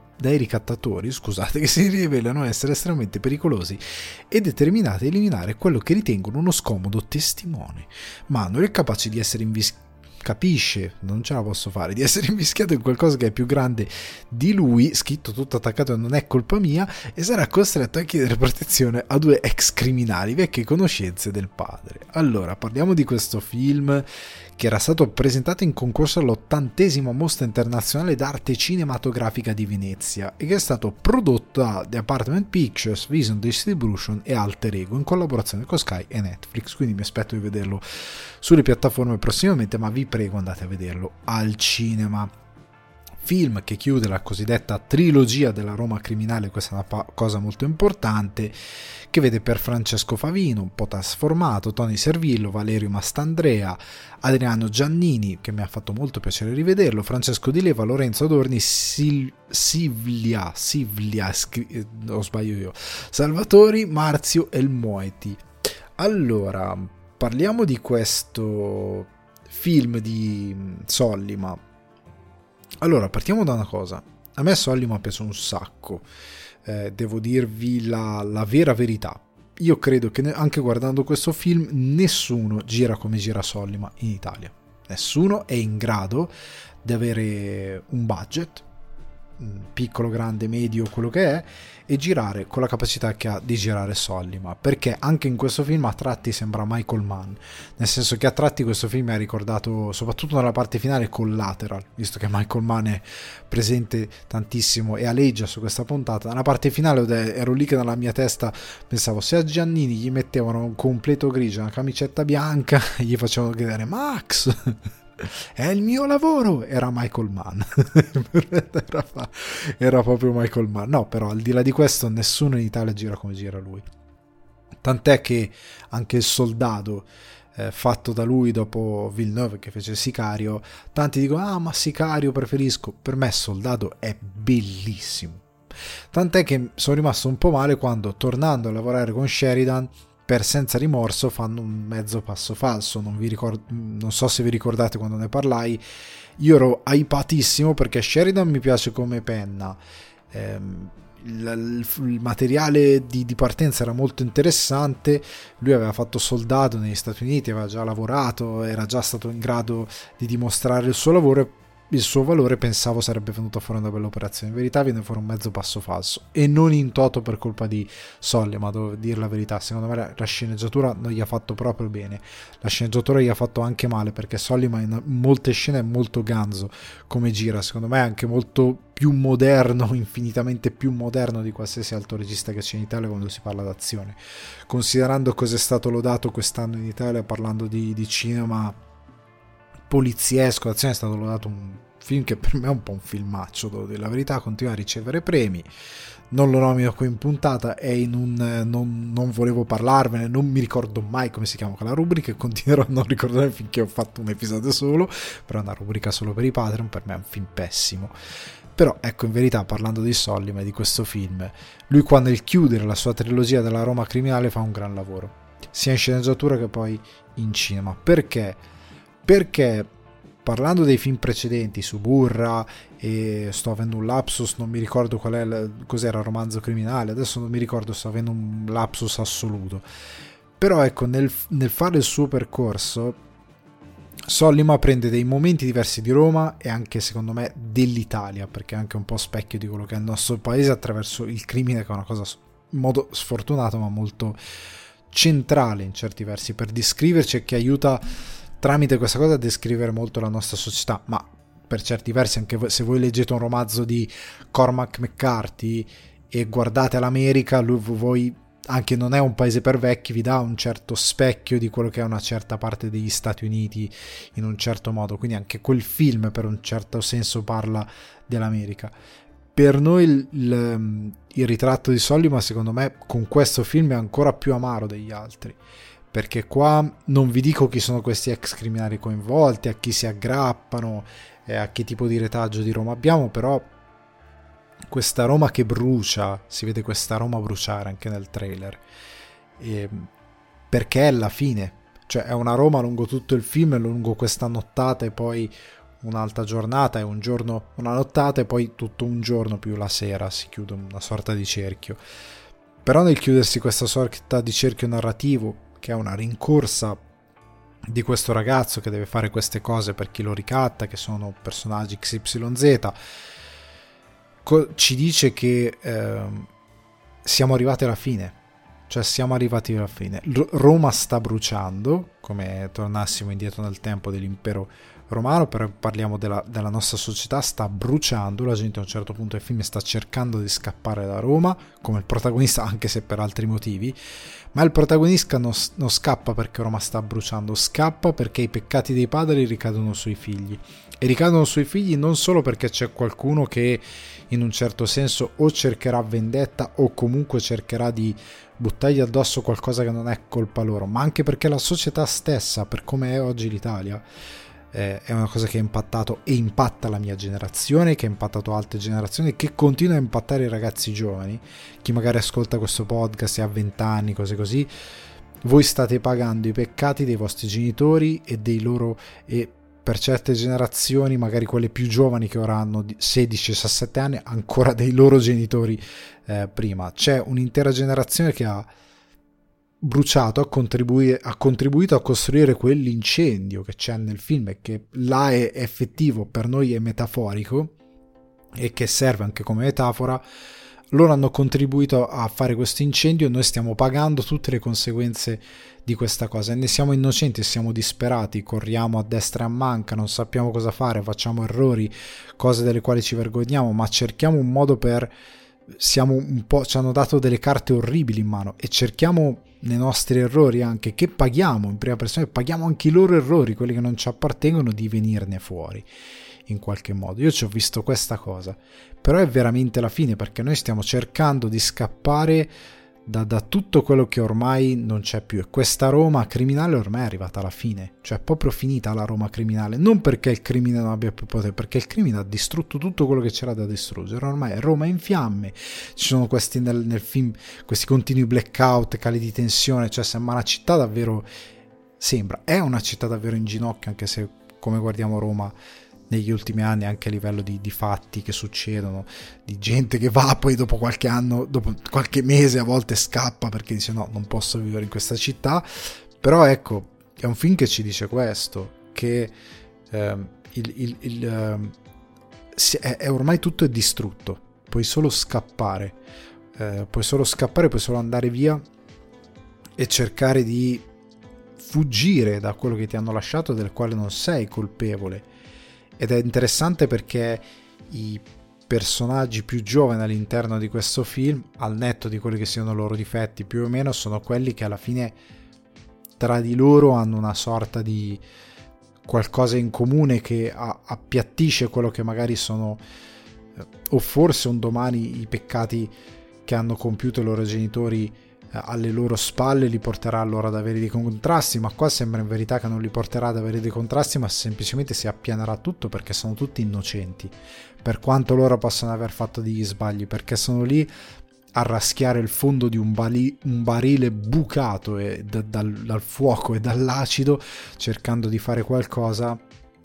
A: che si rivelano essere estremamente pericolosi e determinati a eliminare quello che ritengono uno scomodo testimone. Manuel è capace di essere capisce, non ce la posso fare, di essere invischiato in qualcosa che è più grande di lui, scritto tutto attaccato non è colpa mia, e sarà costretto a chiedere protezione a 2 ex criminali, vecchie conoscenze del padre. Allora, parliamo di questo film che era stato presentato in concorso all'80ª Mostra Internazionale d'Arte Cinematografica di Venezia e che è stato prodotto da The Apartment Pictures, Vision Distribution e Alter Ego in collaborazione con Sky e Netflix, quindi mi aspetto di vederlo sulle piattaforme prossimamente, ma vi prego andate a vederlo al cinema. Film che chiude la cosiddetta trilogia della Roma criminale, questa è una cosa molto importante, che vede per Francesco Favino, un po' trasformato, Tony Servillo, Valerio Mastandrea, Adriano Giannini, che mi ha fatto molto piacere rivederlo, Francesco Di Leva, Lorenzo Adorni, Sivlia, o sbaglio io, Salvatori, Marzio e il Moeti. Allora, parliamo di questo film di Sollima. Allora, partiamo da una cosa. A me Sollima piace un sacco. Devo dirvi la vera verità. Io credo che anche guardando questo film nessuno gira come gira Sollima in Italia. Nessuno è in grado di avere un budget, piccolo, grande, medio, quello che è, e girare con la capacità che ha di girare Sollima, perché anche in questo film a tratti sembra Michael Mann, nel senso che a tratti questo film mi ha ricordato, soprattutto nella parte finale, Collateral, visto che Michael Mann è presente tantissimo e aleggia su questa puntata. Nella parte finale ero lì che nella mia testa pensavo, se a Giannini gli mettevano un completo grigio, una camicetta bianca e gli facevano gridare Max è il mio lavoro, era Michael Mann. era proprio Michael Mann. No, però al di là di questo nessuno in Italia gira come gira lui, tant'è che anche Il Soldado, fatto da lui dopo Villeneuve che fece Sicario, tanti dicono ma Sicario preferisco. Per me Soldado è bellissimo, tant'è che sono rimasto un po' male quando, tornando a lavorare con Sheridan, per Senza Rimorso fanno un mezzo passo falso. Non so se vi ricordate quando ne parlai, io ero hypatissimo perché Sheridan mi piace come penna, il materiale di partenza era molto interessante, lui aveva fatto Soldato negli Stati Uniti, aveva già lavorato, era già stato in grado di dimostrare il suo lavoro, il suo valore pensavo sarebbe venuta fuori una bella operazione. In verità viene fuori un mezzo passo falso, e non in toto per colpa di Solly, ma devo dire la verità, secondo me la sceneggiatura non gli ha fatto proprio bene, la sceneggiatura gli ha fatto anche male, perché Solly in molte scene è molto ganzo come gira, secondo me è anche molto più moderno, infinitamente più moderno di qualsiasi altro regista che c'è in Italia quando si parla d'azione, considerando cosa è stato lodato quest'anno in Italia parlando di cinema poliziesco d'azione. È stato lodato un film che per me è un po' un filmaccio, devo dire la verità, continua a ricevere premi, non lo nomino qui in puntata, è in un non volevo parlarvene, non mi ricordo mai come si chiama quella rubrica e continuerò a non ricordare finché ho fatto un episodio solo, però è una rubrica solo per i Patreon, per me è un film pessimo. Però ecco, in verità, parlando di Sollima e di questo film, lui qua nel chiudere la sua trilogia della Roma criminale fa un gran lavoro, sia in sceneggiatura che poi in cinema. Perché parlando dei film precedenti, Suburra, e sto avendo un lapsus, non mi ricordo cos'era Romanzo criminale, adesso non mi ricordo, sto avendo un lapsus assoluto, però ecco, nel fare il suo percorso Sollima prende dei momenti diversi di Roma e anche secondo me dell'Italia, perché è anche un po' specchio di quello che è il nostro paese attraverso il crimine, che è una cosa in modo sfortunato ma molto centrale in certi versi per descriverci, e che aiuta tramite questa cosa a descrivere molto la nostra società. Ma per certi versi, anche se voi leggete un romanzo di Cormac McCarthy e guardate l'America, voi, anche non è un paese per vecchi, vi dà un certo specchio di quello che è una certa parte degli Stati Uniti in un certo modo, quindi anche quel film per un certo senso parla dell'America. Per noi il ritratto di Sollima, secondo me, con questo film è ancora più amaro degli altri, perché qua non vi dico chi sono questi ex criminali coinvolti, a chi si aggrappano, a che tipo di retaggio di Roma abbiamo, però questa Roma che brucia, si vede questa Roma bruciare anche nel trailer, perché è la fine, cioè è una Roma lungo tutto il film, lungo questa nottata e poi un'altra giornata, e un giorno una nottata e poi tutto un giorno più la sera, si chiude una sorta di cerchio. Però nel chiudersi questa sorta di cerchio narrativo, che è una rincorsa di questo ragazzo che deve fare queste cose per chi lo ricatta, che sono personaggi XYZ, ci dice che siamo arrivati alla fine, cioè siamo arrivati alla fine. Roma sta bruciando, come tornassimo indietro nel tempo dell'impero romano, però parliamo della nostra società, sta bruciando, la gente a un certo punto del film sta cercando di scappare da Roma, come il protagonista, anche se per altri motivi, ma il protagonista non scappa perché Roma sta bruciando, scappa perché i peccati dei padri ricadono sui figli, e ricadono sui figli non solo perché c'è qualcuno che in un certo senso o cercherà vendetta o comunque cercherà di buttargli addosso qualcosa che non è colpa loro, ma anche perché la società stessa, per come è oggi l'Italia, è una cosa che ha impattato e impatta la mia generazione, che ha impattato altre generazioni, che continua a impattare i ragazzi giovani. Chi magari ascolta questo podcast e ha 20 anni, cose così, voi state pagando i peccati dei vostri genitori e dei loro, e per certe generazioni, magari quelle più giovani che ora hanno 16-17 anni, ancora dei loro genitori prima. C'è un'intera generazione che ha bruciato, ha contribuito a costruire quell'incendio che c'è nel film, e che là è effettivo, per noi è metaforico e che serve anche come metafora. Loro hanno contribuito a fare questo incendio e noi stiamo pagando tutte le conseguenze di questa cosa, e ne siamo innocenti, siamo disperati, corriamo a destra e a manca, non sappiamo cosa fare, facciamo errori, cose delle quali ci vergogniamo, ma cerchiamo un modo ci hanno dato delle carte orribili in mano e cerchiamo nei nostri errori, anche che paghiamo in prima persona, e paghiamo anche i loro errori, quelli che non ci appartengono, di venirne fuori in qualche modo. Io ci ho visto questa cosa, però è veramente la fine, perché noi stiamo cercando di scappare da tutto quello che ormai non c'è più, e questa Roma criminale ormai è arrivata alla fine, cioè è proprio finita la Roma criminale, non perché il crimine non abbia più potere, perché il crimine ha distrutto tutto quello che c'era da distruggere, ormai Roma è in fiamme, ci sono questi nel film, questi continui blackout, cali di tensione, cioè è una città davvero in ginocchio, anche se come guardiamo Roma negli ultimi anni, anche a livello di fatti che succedono, di gente che va poi dopo qualche anno, dopo qualche mese a volte scappa perché dice no, non posso vivere in questa città. Però ecco, è un film che ci dice questo, che è ormai tutto è distrutto, puoi solo scappare, puoi solo andare via e cercare di fuggire da quello che ti hanno lasciato, del quale non sei colpevole. Ed è interessante perché i personaggi più giovani all'interno di questo film, al netto di quelli che siano i loro difetti più o meno, sono quelli che alla fine tra di loro hanno una sorta di qualcosa in comune che appiattisce quello che magari sono, o forse un domani, i peccati che hanno compiuto i loro genitori alle loro spalle, li porterà loro ad avere dei contrasti, ma qua sembra in verità che non li porterà ad avere dei contrasti, ma semplicemente si appianerà tutto, perché sono tutti innocenti, per quanto loro possano aver fatto degli sbagli, perché sono lì a raschiare il fondo di un barile bucato dal fuoco e dall'acido, cercando di fare qualcosa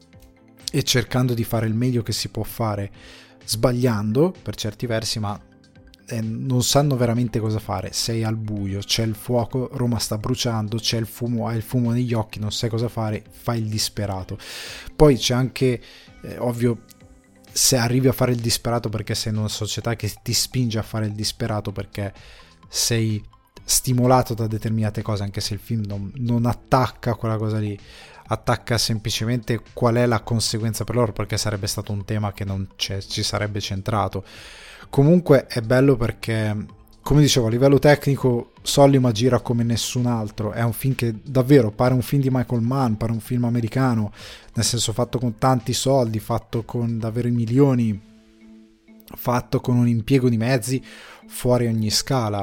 A: e cercando di fare il meglio che si può fare, sbagliando per certi versi, ma non sanno veramente cosa fare. Sei al buio, c'è il fuoco, Roma sta bruciando, c'è il fumo, hai il fumo negli occhi, non sai cosa fare, fai il disperato. Poi c'è anche, ovvio, se arrivi a fare il disperato perché sei in una società che ti spinge a fare il disperato, perché sei stimolato da determinate cose, anche se il film non attacca quella cosa lì, attacca semplicemente qual è la conseguenza per loro, perché sarebbe stato un tema che non ci sarebbe centrato. Comunque è bello perché, come dicevo, a livello tecnico Sollima gira come nessun altro. È un film che davvero pare un film di Michael Mann, pare un film americano, nel senso fatto con tanti soldi, fatto con davvero i milioni, fatto con un impiego di mezzi fuori ogni scala,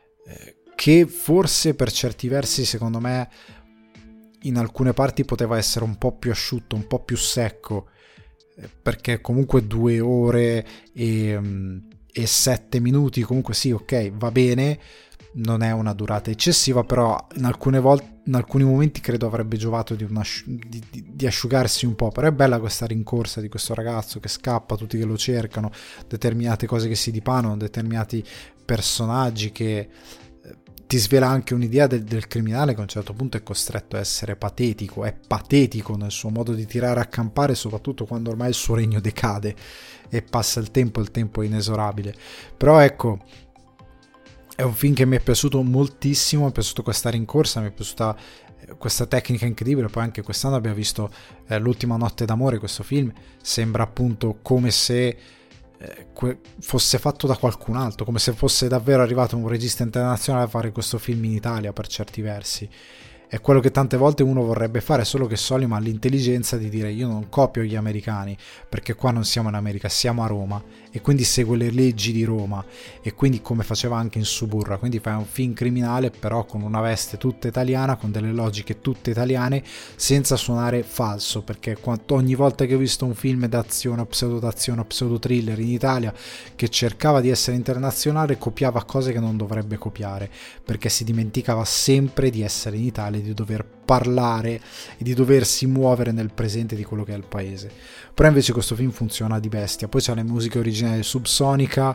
A: che forse per certi versi, secondo me, in alcune parti poteva essere un po' più asciutto, un po' più secco, perché comunque 2 ore e 7 minuti, comunque sì, ok, va bene, non è una durata eccessiva, però in alcuni momenti credo avrebbe giovato di asciugarsi un po'. Però è bella questa rincorsa di questo ragazzo che scappa, tutti che lo cercano, determinate cose che si dipanano, determinati personaggi, che ti svela anche un'idea del criminale che a un certo punto è costretto a essere patetico, è patetico nel suo modo di tirare a campare, soprattutto quando ormai il suo regno decade e passa il tempo è inesorabile. Però ecco, è un film che mi è piaciuto moltissimo, mi è piaciuta questa rincorsa, mi è piaciuta questa tecnica incredibile. Poi anche quest'anno abbiamo visto L'ultima notte d'amore, questo film sembra appunto come se fosse fatto da qualcun altro, come se fosse davvero arrivato un regista internazionale a fare questo film in Italia, per certi versi. È quello che tante volte uno vorrebbe fare, solo che Sollima ha l'intelligenza di dire: io non copio gli americani, perché qua non siamo in America, siamo a Roma, e quindi segue le leggi di Roma, e quindi come faceva anche in Suburra, quindi fai un film criminale però con una veste tutta italiana, con delle logiche tutte italiane, senza suonare falso, perché ogni volta che ho visto un film d'azione o pseudo thriller in Italia che cercava di essere internazionale, copiava cose che non dovrebbe copiare, perché si dimenticava sempre di essere in Italia, di dover parlare e di doversi muovere nel presente di quello che è il paese. Però invece questo film funziona di bestia. Poi c'è le musiche originali Subsonica,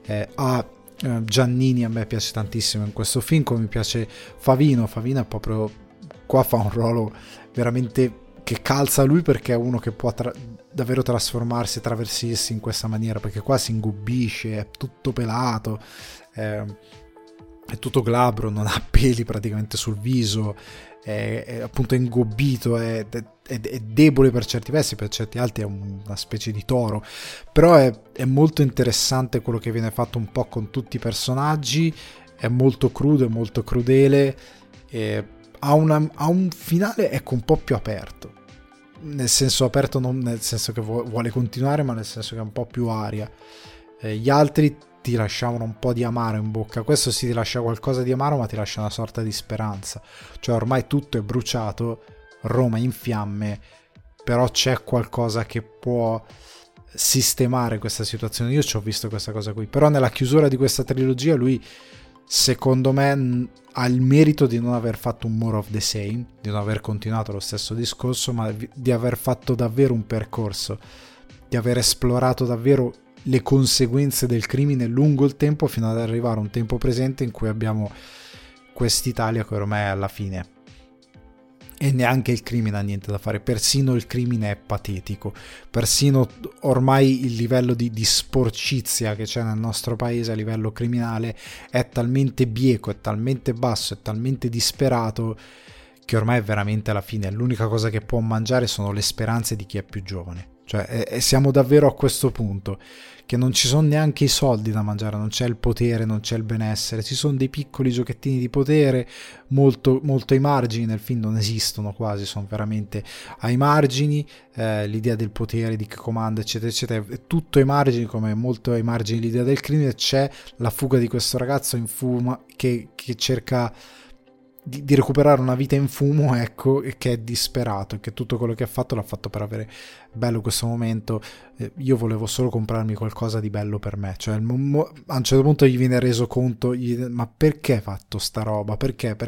A: Giannini a me piace tantissimo in questo film, come mi piace Favino è proprio, qua fa un ruolo veramente che calza a lui, perché è uno che può davvero trasformarsi e traversirsi in questa maniera, perché qua si ingubbisce, è tutto pelato, è tutto glabro, non ha peli praticamente sul viso, è appunto ingobbito, è debole per certi versi, per certi altri è una specie di toro. Però è molto interessante quello che viene fatto un po' con tutti i personaggi, è molto crudo, è molto crudele, ha un finale ecco un po' più aperto, nel senso aperto non nel senso che vuole continuare, ma nel senso che è un po' più aria. Gli altri ti lasciavano un po' di amaro in bocca, questo sì, ti lascia qualcosa di amaro, ma ti lascia una sorta di speranza, cioè ormai tutto è bruciato, Roma è in fiamme, però c'è qualcosa che può sistemare questa situazione. Io ci ho visto questa cosa qui, però nella chiusura di questa trilogia lui, secondo me, ha il merito di non aver fatto un more of the same, di non aver continuato lo stesso discorso, ma di aver fatto davvero un percorso, di aver esplorato davvero le conseguenze del crimine lungo il tempo, fino ad arrivare a un tempo presente in cui abbiamo quest'Italia che ormai è alla fine. e neanche il crimine ha niente da fare, persino il crimine è patetico, persino ormai il livello di sporcizia che c'è nel nostro paese a livello criminale è talmente bieco, è talmente basso, è talmente disperato che ormai è veramente alla fine l'unica cosa che può mangiare sono le speranze di chi è più giovane. Cioè siamo davvero a questo punto che non ci sono neanche i soldi da mangiare, non c'è il potere, non c'è il benessere, ci sono dei piccoli giochettini di potere molto, molto ai margini, nel film non esistono quasi, sono veramente ai margini, l'idea del potere, di chi comanda eccetera eccetera, è tutto ai margini, come molto ai margini l'idea del crimine. C'è la fuga di questo ragazzo in fumo che cerca di recuperare una vita in fumo, ecco, e che è disperato, e che tutto quello che ha fatto l'ha fatto per avere bello questo momento. Io volevo solo comprarmi qualcosa di bello per me, cioè a un certo punto gli viene reso conto, ma perché hai fatto sta roba, perché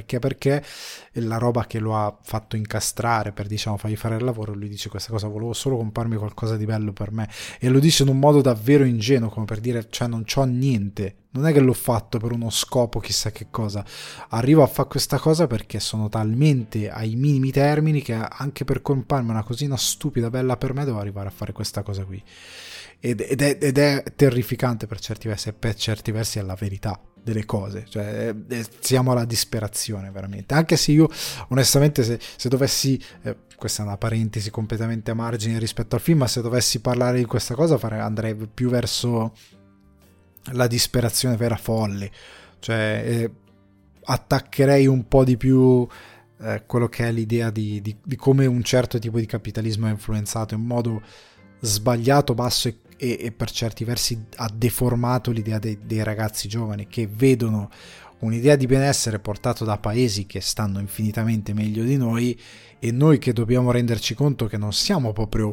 A: e la roba che lo ha fatto incastrare per, diciamo, fargli fare il lavoro, lui dice questa cosa, volevo solo comprarmi qualcosa di bello per me, e lo dice in un modo davvero ingenuo, come per dire, cioè non c'ho niente, non è che l'ho fatto per uno scopo chissà che cosa, arrivo a fare questa cosa perché sono talmente ai minimi termini che anche per comprarmi una cosina stupida bella per me devo arrivare a fare questa cosa qui, ed è terrificante per certi versi, e per certi versi è la verità delle cose, cioè siamo alla disperazione veramente, anche se io onestamente se dovessi questa è una parentesi completamente a margine rispetto al film, ma se dovessi parlare di questa cosa andrei più verso la disperazione vera folle, cioè attaccherei un po' di più quello che è l'idea di come un certo tipo di capitalismo è influenzato in modo sbagliato, basso e per certi versi ha deformato l'idea dei ragazzi giovani che vedono un'idea di benessere portato da paesi che stanno infinitamente meglio di noi, e noi che dobbiamo renderci conto che non siamo proprio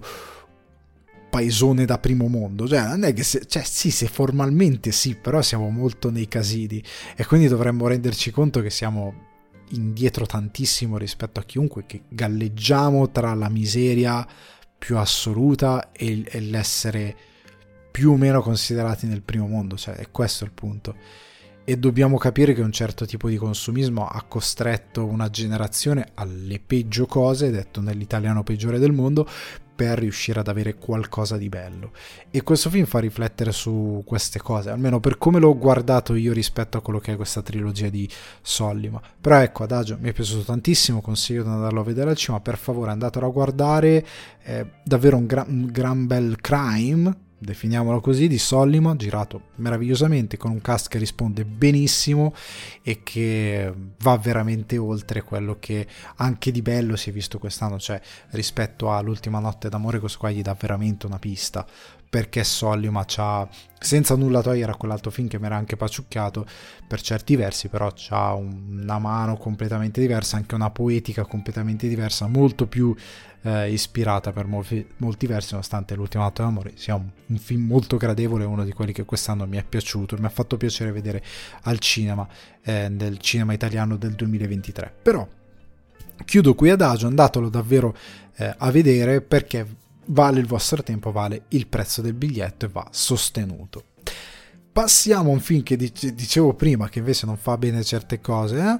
A: paesone da primo mondo, cioè non è che se formalmente sì, però siamo molto nei casini, e quindi dovremmo renderci conto che siamo indietro tantissimo rispetto a chiunque, che galleggiamo tra la miseria più assoluta e l'essere più o meno considerati nel primo mondo, cioè è questo il punto. E dobbiamo capire che un certo tipo di consumismo ha costretto una generazione alle peggio cose, detto nell'italiano peggiore del mondo, per riuscire ad avere qualcosa di bello. E questo film fa riflettere su queste cose, almeno per come l'ho guardato io rispetto a quello che è questa trilogia di Sollima. Però ecco, Adagio mi è piaciuto tantissimo, consiglio di andarlo a vedere al cinema, per favore andatelo a guardare, è davvero un gran bel crime, definiamolo così, di Sollima, girato meravigliosamente con un cast che risponde benissimo e che va veramente oltre quello che anche di bello si è visto quest'anno, cioè rispetto all'Ultima notte d'amore questo qua gli dà veramente una pista, perché Sollima c'ha, senza nulla togliere a quell'altro film che mi era anche paciucchiato per certi versi, però c'ha una mano completamente diversa, anche una poetica completamente diversa, molto più ispirata per molti versi, nonostante l'Ultima notte d'amore sia un film molto gradevole, uno di quelli che quest'anno mi è piaciuto, mi ha fatto piacere vedere al cinema, nel cinema italiano del 2023. Però chiudo qui Adagio, andatelo davvero a vedere, perché vale il vostro tempo, vale il prezzo del biglietto e va sostenuto. Passiamo a un film che dicevo prima che invece non fa bene certe cose,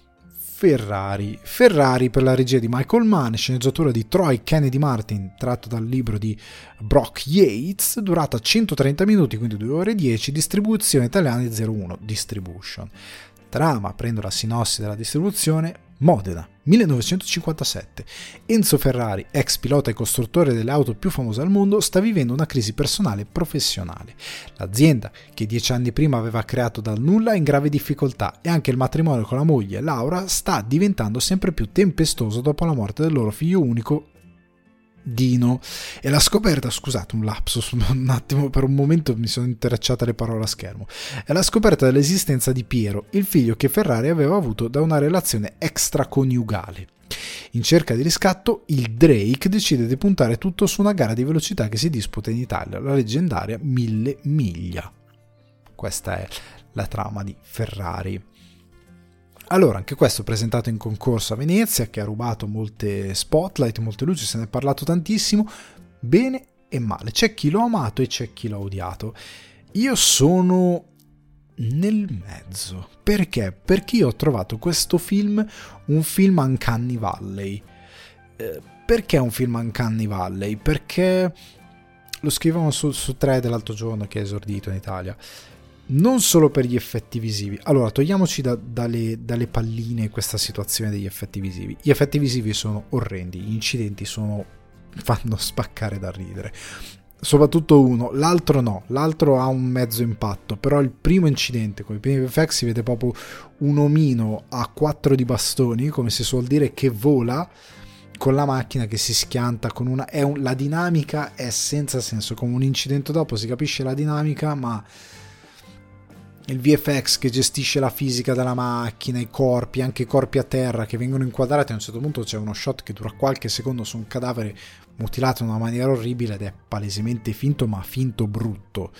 A: Ferrari per la regia di Michael Mann, sceneggiatura di Troy Kennedy Martin, tratto dal libro di Brock Yates, durata 130 minuti, quindi 2 ore e 10, distribuzione italiana di 01 Distribution. Trama, prendo la sinossi della distribuzione: Modena, 1957. Enzo Ferrari, ex pilota e costruttore delle auto più famose al mondo, sta vivendo una crisi personale e professionale. L'azienda, che 10 anni prima aveva creato dal nulla, è in grave difficoltà, e anche il matrimonio con la moglie Laura sta diventando sempre più tempestoso dopo la morte del loro figlio unico Dino, e la scoperta, scusate un lapsus, un attimo, per un momento mi sono intrecciate le parole a schermo, è la scoperta dell'esistenza di Piero, il figlio che Ferrari aveva avuto da una relazione extraconiugale. In cerca di riscatto, il Drake decide di puntare tutto su una gara di velocità che si disputa in Italia, la leggendaria 1000 miglia. Questa è la trama di Ferrari. Allora, anche questo presentato in concorso a Venezia, che ha rubato molte spotlight, molte luci, se ne è parlato tantissimo, bene e male. C'è chi l'ha amato e c'è chi l'ha odiato. Io sono nel mezzo. Perché? Perché io ho trovato questo film un film Uncanny Valley. Perché un film Uncanny Valley? Perché lo scrivevano su Thread l'altro giorno, che è esordito in Italia. Non solo per gli effetti visivi. Allora, togliamoci dalle palline questa situazione degli effetti visivi. Gli effetti visivi sono orrendi, gli incidenti fanno spaccare da ridere. Soprattutto uno, l'altro no, l'altro ha un mezzo impatto, però il primo incidente con i primi VFX si vede proprio un omino a 4 di bastoni, come si suol dire, che vola con la macchina che si schianta con una... la dinamica è senza senso, come un incidente dopo si capisce la dinamica, ma il VFX che gestisce la fisica della macchina, i corpi, anche i corpi a terra che vengono inquadrati, a un certo punto c'è uno shot che dura qualche secondo su un cadavere mutilato in una maniera orribile ed è palesemente finto, ma finto brutto.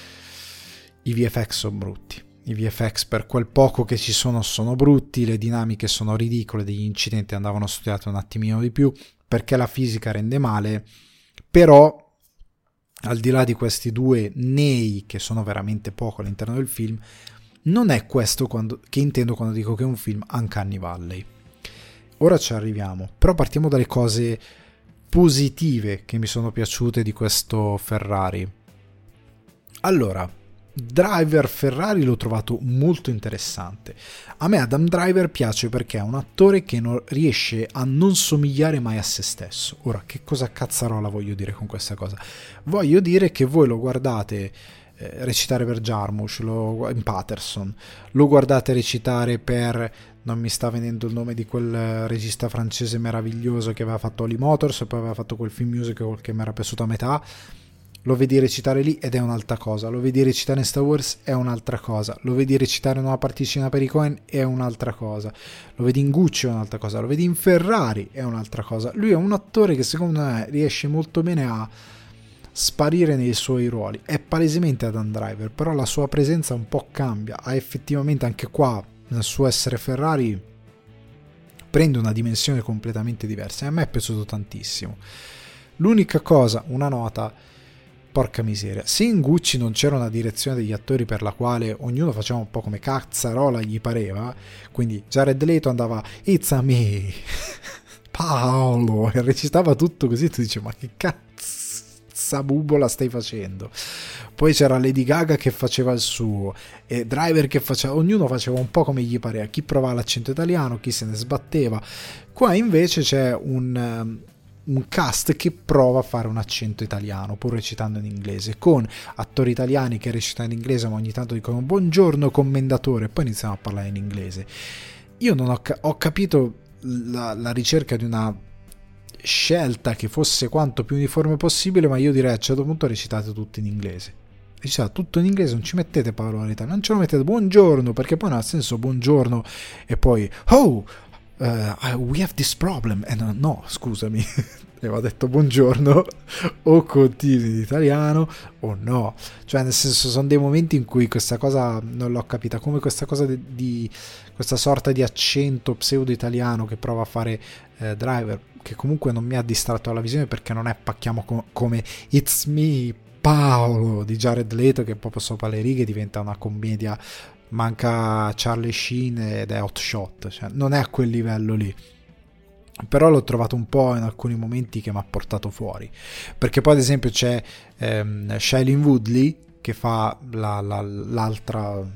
A: I VFX sono brutti. I VFX, per quel poco che ci sono brutti, le dinamiche sono ridicole, degli incidenti andavano studiati un attimino di più, perché la fisica rende male, però al di là di questi due nei che sono veramente poco all'interno del film, non è questo che intendo quando dico che è un film Uncanny Valley. Ora ci arriviamo, però partiamo dalle cose positive che mi sono piaciute di questo Ferrari. Allora, Driver Ferrari l'ho trovato molto interessante. A me Adam Driver piace perché è un attore che non riesce a non somigliare mai a se stesso. Ora, che cosa cazzarola voglio dire con questa cosa? Voglio dire che voi lo guardate recitare per Jarmusch in Patterson, lo guardate recitare per... non mi sta venendo il nome di quel regista francese meraviglioso che aveva fatto Holy Motors e poi aveva fatto quel film musical che mi era piaciuto a metà. Lo vedi recitare lì ed è un'altra cosa, lo vedi recitare in Star Wars è un'altra cosa, lo vedi recitare in una particina per i Coen è un'altra cosa, lo vedi in Gucci è un'altra cosa, lo vedi in Ferrari è un'altra cosa. Lui è un attore che secondo me riesce molto bene a sparire nei suoi ruoli, è palesemente Adam Driver, però la sua presenza un po' cambia, ha effettivamente anche qua nel suo essere Ferrari prende una dimensione completamente diversa e a me è piaciuto tantissimo. L'unica cosa, una nota, porca miseria, se in Gucci non c'era una direzione degli attori per la quale ognuno faceva un po' come cazzarola gli pareva, quindi Jared Leto andava "It's a me Paolo" e recitava tutto così, tu dici ma che cazzabubola stai facendo? Poi c'era Lady Gaga che faceva il suo e Driver che faceva, ognuno faceva un po' come gli pareva, chi provava l'accento italiano, chi se ne sbatteva. Qua invece c'è un cast che prova a fare un accento italiano pur recitando in inglese, con attori italiani che recitano in inglese ma ogni tanto dicono "buongiorno commendatore" e poi iniziano a parlare in inglese. Io non ho capito la ricerca di una scelta che fosse quanto più uniforme possibile, ma io direi a un certo punto recitate tutto in inglese, recitate tutto in inglese, non ci mettete parole italiane, non ce lo mettete "buongiorno", perché poi non ha senso buongiorno e poi "oh we have this problem", e no scusami aveva detto buongiorno, o continui in italiano o no, cioè nel senso sono dei momenti in cui questa cosa non l'ho capita, come questa cosa di questa sorta di accento pseudo italiano che prova a fare Driver, che comunque non mi ha distratto dalla visione perché non è pacchiamo come "It's me Paolo" di Jared Leto che proprio sopra le righe diventa una commedia, manca Charlie Sheen ed è Hot Shot, cioè non è a quel livello lì, però l'ho trovato un po' in alcuni momenti che mi ha portato fuori, perché poi ad esempio c'è Shailene Woodley che fa l'altra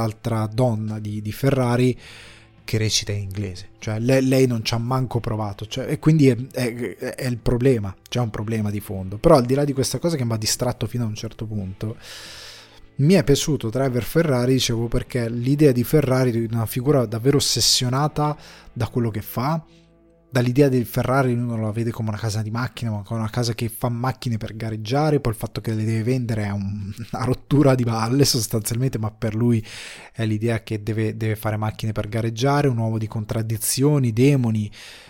A: donna di Ferrari che recita in inglese, cioè lei non ci ha manco provato, cioè, e quindi è il problema, c'è un problema di fondo. Però al di là di questa cosa che mi ha distratto fino a un certo punto, mi è piaciuto Driver Ferrari, dicevo, perché l'idea di Ferrari, di una figura davvero ossessionata da quello che fa, dall'idea del Ferrari uno la vede come una casa di macchine, ma come una casa che fa macchine per gareggiare, poi il fatto che le deve vendere è una rottura di balle sostanzialmente, ma per lui è l'idea che deve fare macchine per gareggiare, un uomo di contraddizioni, demoni,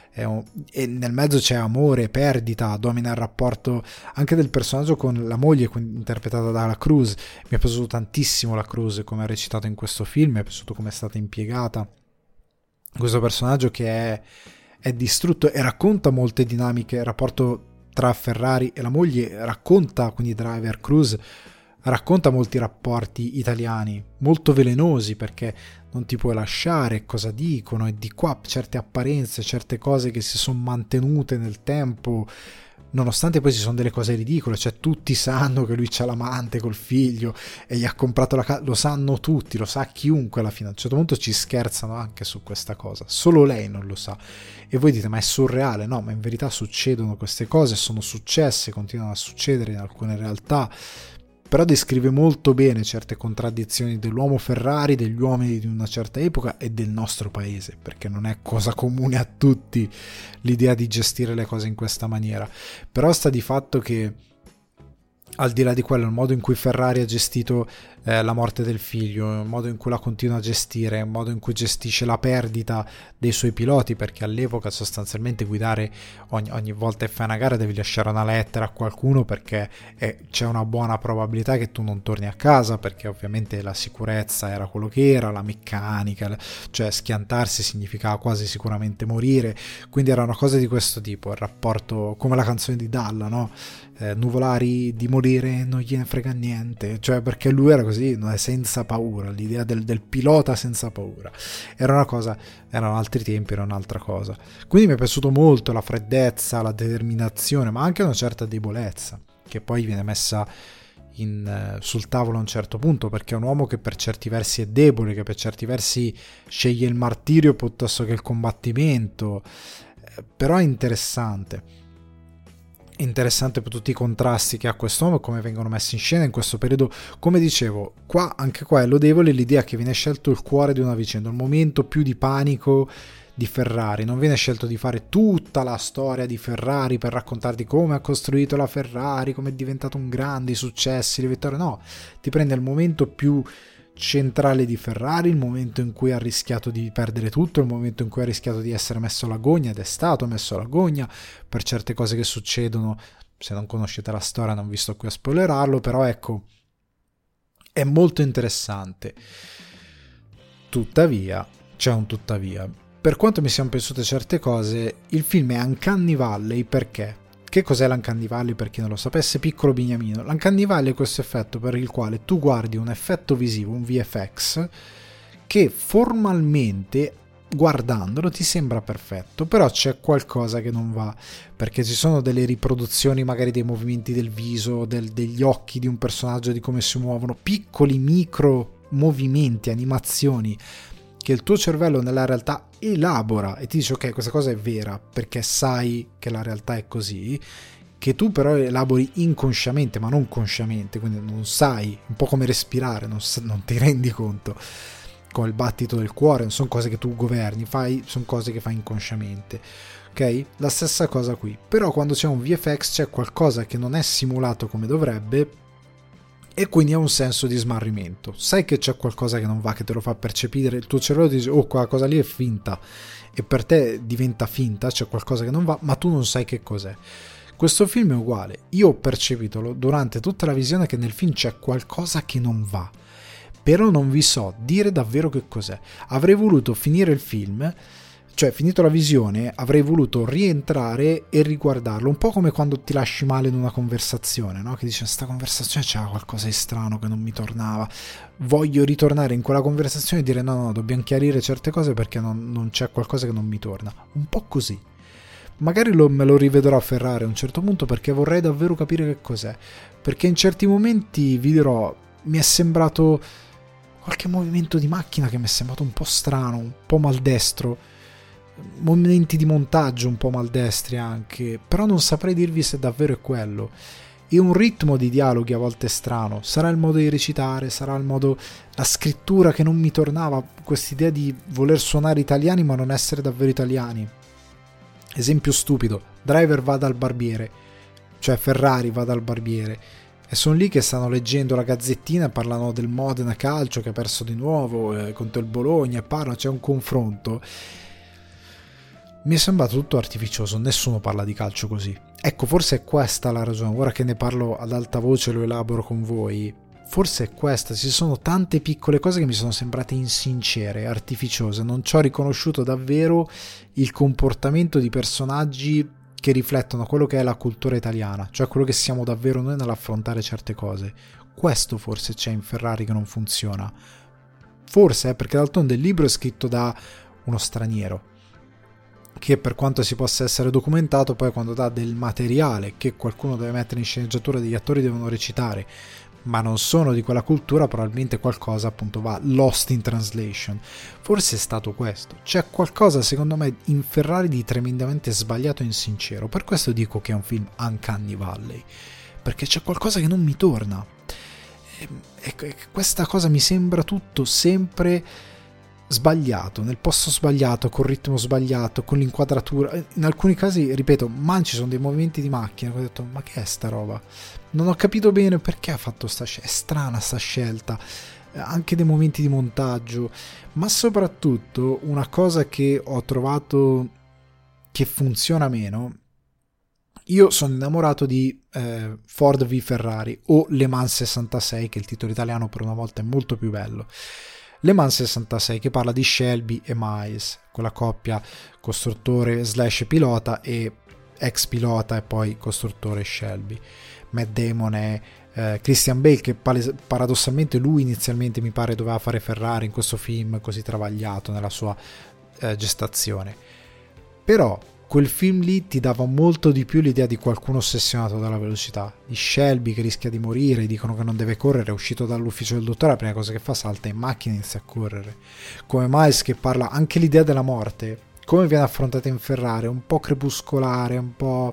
A: e nel mezzo c'è amore, perdita, domina il rapporto anche del personaggio con la moglie interpretata da La Cruz. Mi è piaciuto tantissimo La Cruz come ha recitato in questo film, mi è piaciuto come è stata impiegata questo personaggio che è distrutto e racconta molte dinamiche, il rapporto tra Ferrari e la moglie racconta, quindi Driver Cruz racconta molti rapporti italiani, molto velenosi, perché non ti puoi lasciare cosa dicono, e di qua certe apparenze, certe cose che si sono mantenute nel tempo, nonostante poi ci sono delle cose ridicole, cioè tutti sanno che lui c'ha l'amante col figlio e gli ha comprato la casa, lo sanno tutti, lo sa chiunque alla fine. A un certo punto ci scherzano anche su questa cosa, solo lei non lo sa, e voi dite ma è surreale. No, ma in verità succedono queste cose, sono successe, continuano a succedere in alcune realtà, però descrive molto bene certe contraddizioni dell'uomo Ferrari, degli uomini di una certa epoca e del nostro paese, perché non è cosa comune a tutti l'idea di gestire le cose in questa maniera. Però sta di fatto che, al di là di quello, il modo in cui Ferrari ha gestito la morte del figlio, il modo in cui la continua a gestire, il modo in cui gestisce la perdita dei suoi piloti, perché all'epoca sostanzialmente guidare ogni volta che fai una gara devi lasciare una lettera a qualcuno, perché c'è una buona probabilità che tu non torni a casa, perché ovviamente la sicurezza era quello che era, la meccanica, cioè schiantarsi significava quasi sicuramente morire, quindi era una cosa di questo tipo, il rapporto come la canzone di Dalla, no? Nuvolari di morire non gliene frega niente, cioè perché lui era così, non è, senza paura, l'idea del pilota senza paura era una cosa, erano altri tempi, era un'altra cosa. Quindi mi è piaciuto molto la freddezza, la determinazione, ma anche una certa debolezza che poi viene messa sul tavolo a un certo punto, perché è un uomo che per certi versi è debole, che per certi versi sceglie il martirio piuttosto che il combattimento, però è interessante per tutti i contrasti che ha quest'uomo e come vengono messi in scena in questo periodo. Come dicevo, anche qua è lodevole l'idea che viene scelto il cuore di una vicenda, il momento più di panico di Ferrari, non viene scelto di fare tutta la storia di Ferrari per raccontarti come ha costruito la Ferrari, come è diventato un grande, i successi, le vittorie, no, ti prende il momento più centrale di Ferrari, il momento in cui ha rischiato di perdere tutto, il momento in cui ha rischiato di essere messo alla gogna, ed è stato messo alla gogna per certe cose che succedono. Se non conoscete la storia non vi sto qui a spoilerarlo, però ecco, è molto interessante. Tuttavia, c'è un tuttavia, per quanto mi siano piaciute certe cose, il film è Uncanny Valley. Perché? Che cos'è l'Uncanny Valley, per chi non lo sapesse, piccolo bignamino? L'Uncanny Valley è questo effetto per il quale tu guardi un effetto visivo, un VFX, che formalmente, guardandolo, ti sembra perfetto, però c'è qualcosa che non va, perché ci sono delle riproduzioni magari dei movimenti del viso, degli occhi di un personaggio, di come si muovono, piccoli micro movimenti, animazioni, che il tuo cervello nella realtà elabora e ti dice ok, questa cosa è vera, perché sai che la realtà è così, che tu però elabori inconsciamente ma non consciamente, quindi non sai, un po' come respirare, non ti rendi conto, come il battito del cuore, non sono cose che tu governi, sono cose che fai inconsciamente, ok? La stessa cosa qui, però quando c'è un VFX c'è qualcosa che non è simulato come dovrebbe, e quindi ha un senso di smarrimento. Sai che c'è qualcosa che non va, che te lo fa percepire, il tuo cervello ti dice oh, quella cosa lì è finta, e per te diventa finta, c'è qualcosa che non va, ma tu non sai che cos'è. Questo film è uguale, io ho percepito durante tutta la visione che nel film c'è qualcosa che non va, però non vi so dire davvero che cos'è. Avrei voluto finire il film, cioè finito la visione avrei voluto rientrare e riguardarlo, un po' come quando ti lasci male in una conversazione, no? Che dici sta conversazione c'era qualcosa di strano che non mi tornava, voglio ritornare in quella conversazione e dire no, dobbiamo chiarire certe cose perché non c'è qualcosa che non mi torna, un po' così. Magari me lo rivedrò a Ferrari a un certo punto, perché vorrei davvero capire che cos'è, perché in certi momenti vi dirò, mi è sembrato qualche movimento di macchina che mi è sembrato un po' strano, un po' maldestro, momenti di montaggio un po' maldestri anche, però non saprei dirvi se davvero è quello. E un ritmo di dialoghi a volte strano, sarà il modo di recitare, sarà il modo, la scrittura che non mi tornava, quest'idea di voler suonare italiani ma non essere davvero italiani. Esempio stupido, Driver va dal barbiere, cioè Ferrari va dal barbiere, e sono lì che stanno leggendo la gazzettina e parlano del Modena Calcio che ha perso di nuovo contro il Bologna, e parlano, c'è un confronto. Mi è sembrato tutto artificioso, nessuno parla di calcio così. Ecco, forse è questa la ragione, ora che ne parlo ad alta voce, lo elaboro con voi, forse è questa, ci sono tante piccole cose che mi sono sembrate insincere, artificiose, non ci ho riconosciuto davvero il comportamento di personaggi che riflettono quello che è la cultura italiana, cioè quello che siamo davvero noi nell'affrontare certe cose. Questo forse c'è in Ferrari che non funziona. Forse perché d'altronde il libro è scritto da uno straniero, che per quanto si possa essere documentato, poi quando dà del materiale che qualcuno deve mettere in sceneggiatura, degli attori devono recitare, ma non sono di quella cultura, probabilmente qualcosa appunto va lost in translation. Forse è stato questo. C'è qualcosa secondo me in Ferrari di tremendamente sbagliato e insincero, per questo dico che è un film Uncanny Valley, perché c'è qualcosa che non mi torna, e questa cosa mi sembra tutto sempre sbagliato, nel posto sbagliato, col ritmo sbagliato, con l'inquadratura. In alcuni casi, ripeto, ci sono dei movimenti di macchina che ho detto, ma che è sta roba? Non ho capito bene perché ha fatto sta scelta, è strana sta scelta, anche dei momenti di montaggio, ma soprattutto una cosa che ho trovato che funziona meno. Io sono innamorato di Ford v Ferrari o Le Mans 66, che il titolo italiano per una volta è molto più bello. Le Mans 66, che parla di Shelby e Miles, quella coppia costruttore / pilota e ex pilota e poi costruttore Shelby. Matt Damon è Christian Bale, che paradossalmente lui inizialmente mi pare doveva fare Ferrari in questo film così travagliato nella sua gestazione. Però quel film lì ti dava molto di più l'idea di qualcuno ossessionato dalla velocità, di Shelby che rischia di morire, dicono che non deve correre, è uscito dall'ufficio del dottore, la prima cosa che fa salta in macchina e inizia a correre. Come Miles che parla, anche l'idea della morte, come viene affrontata in Ferrari, un po' crepuscolare, un po'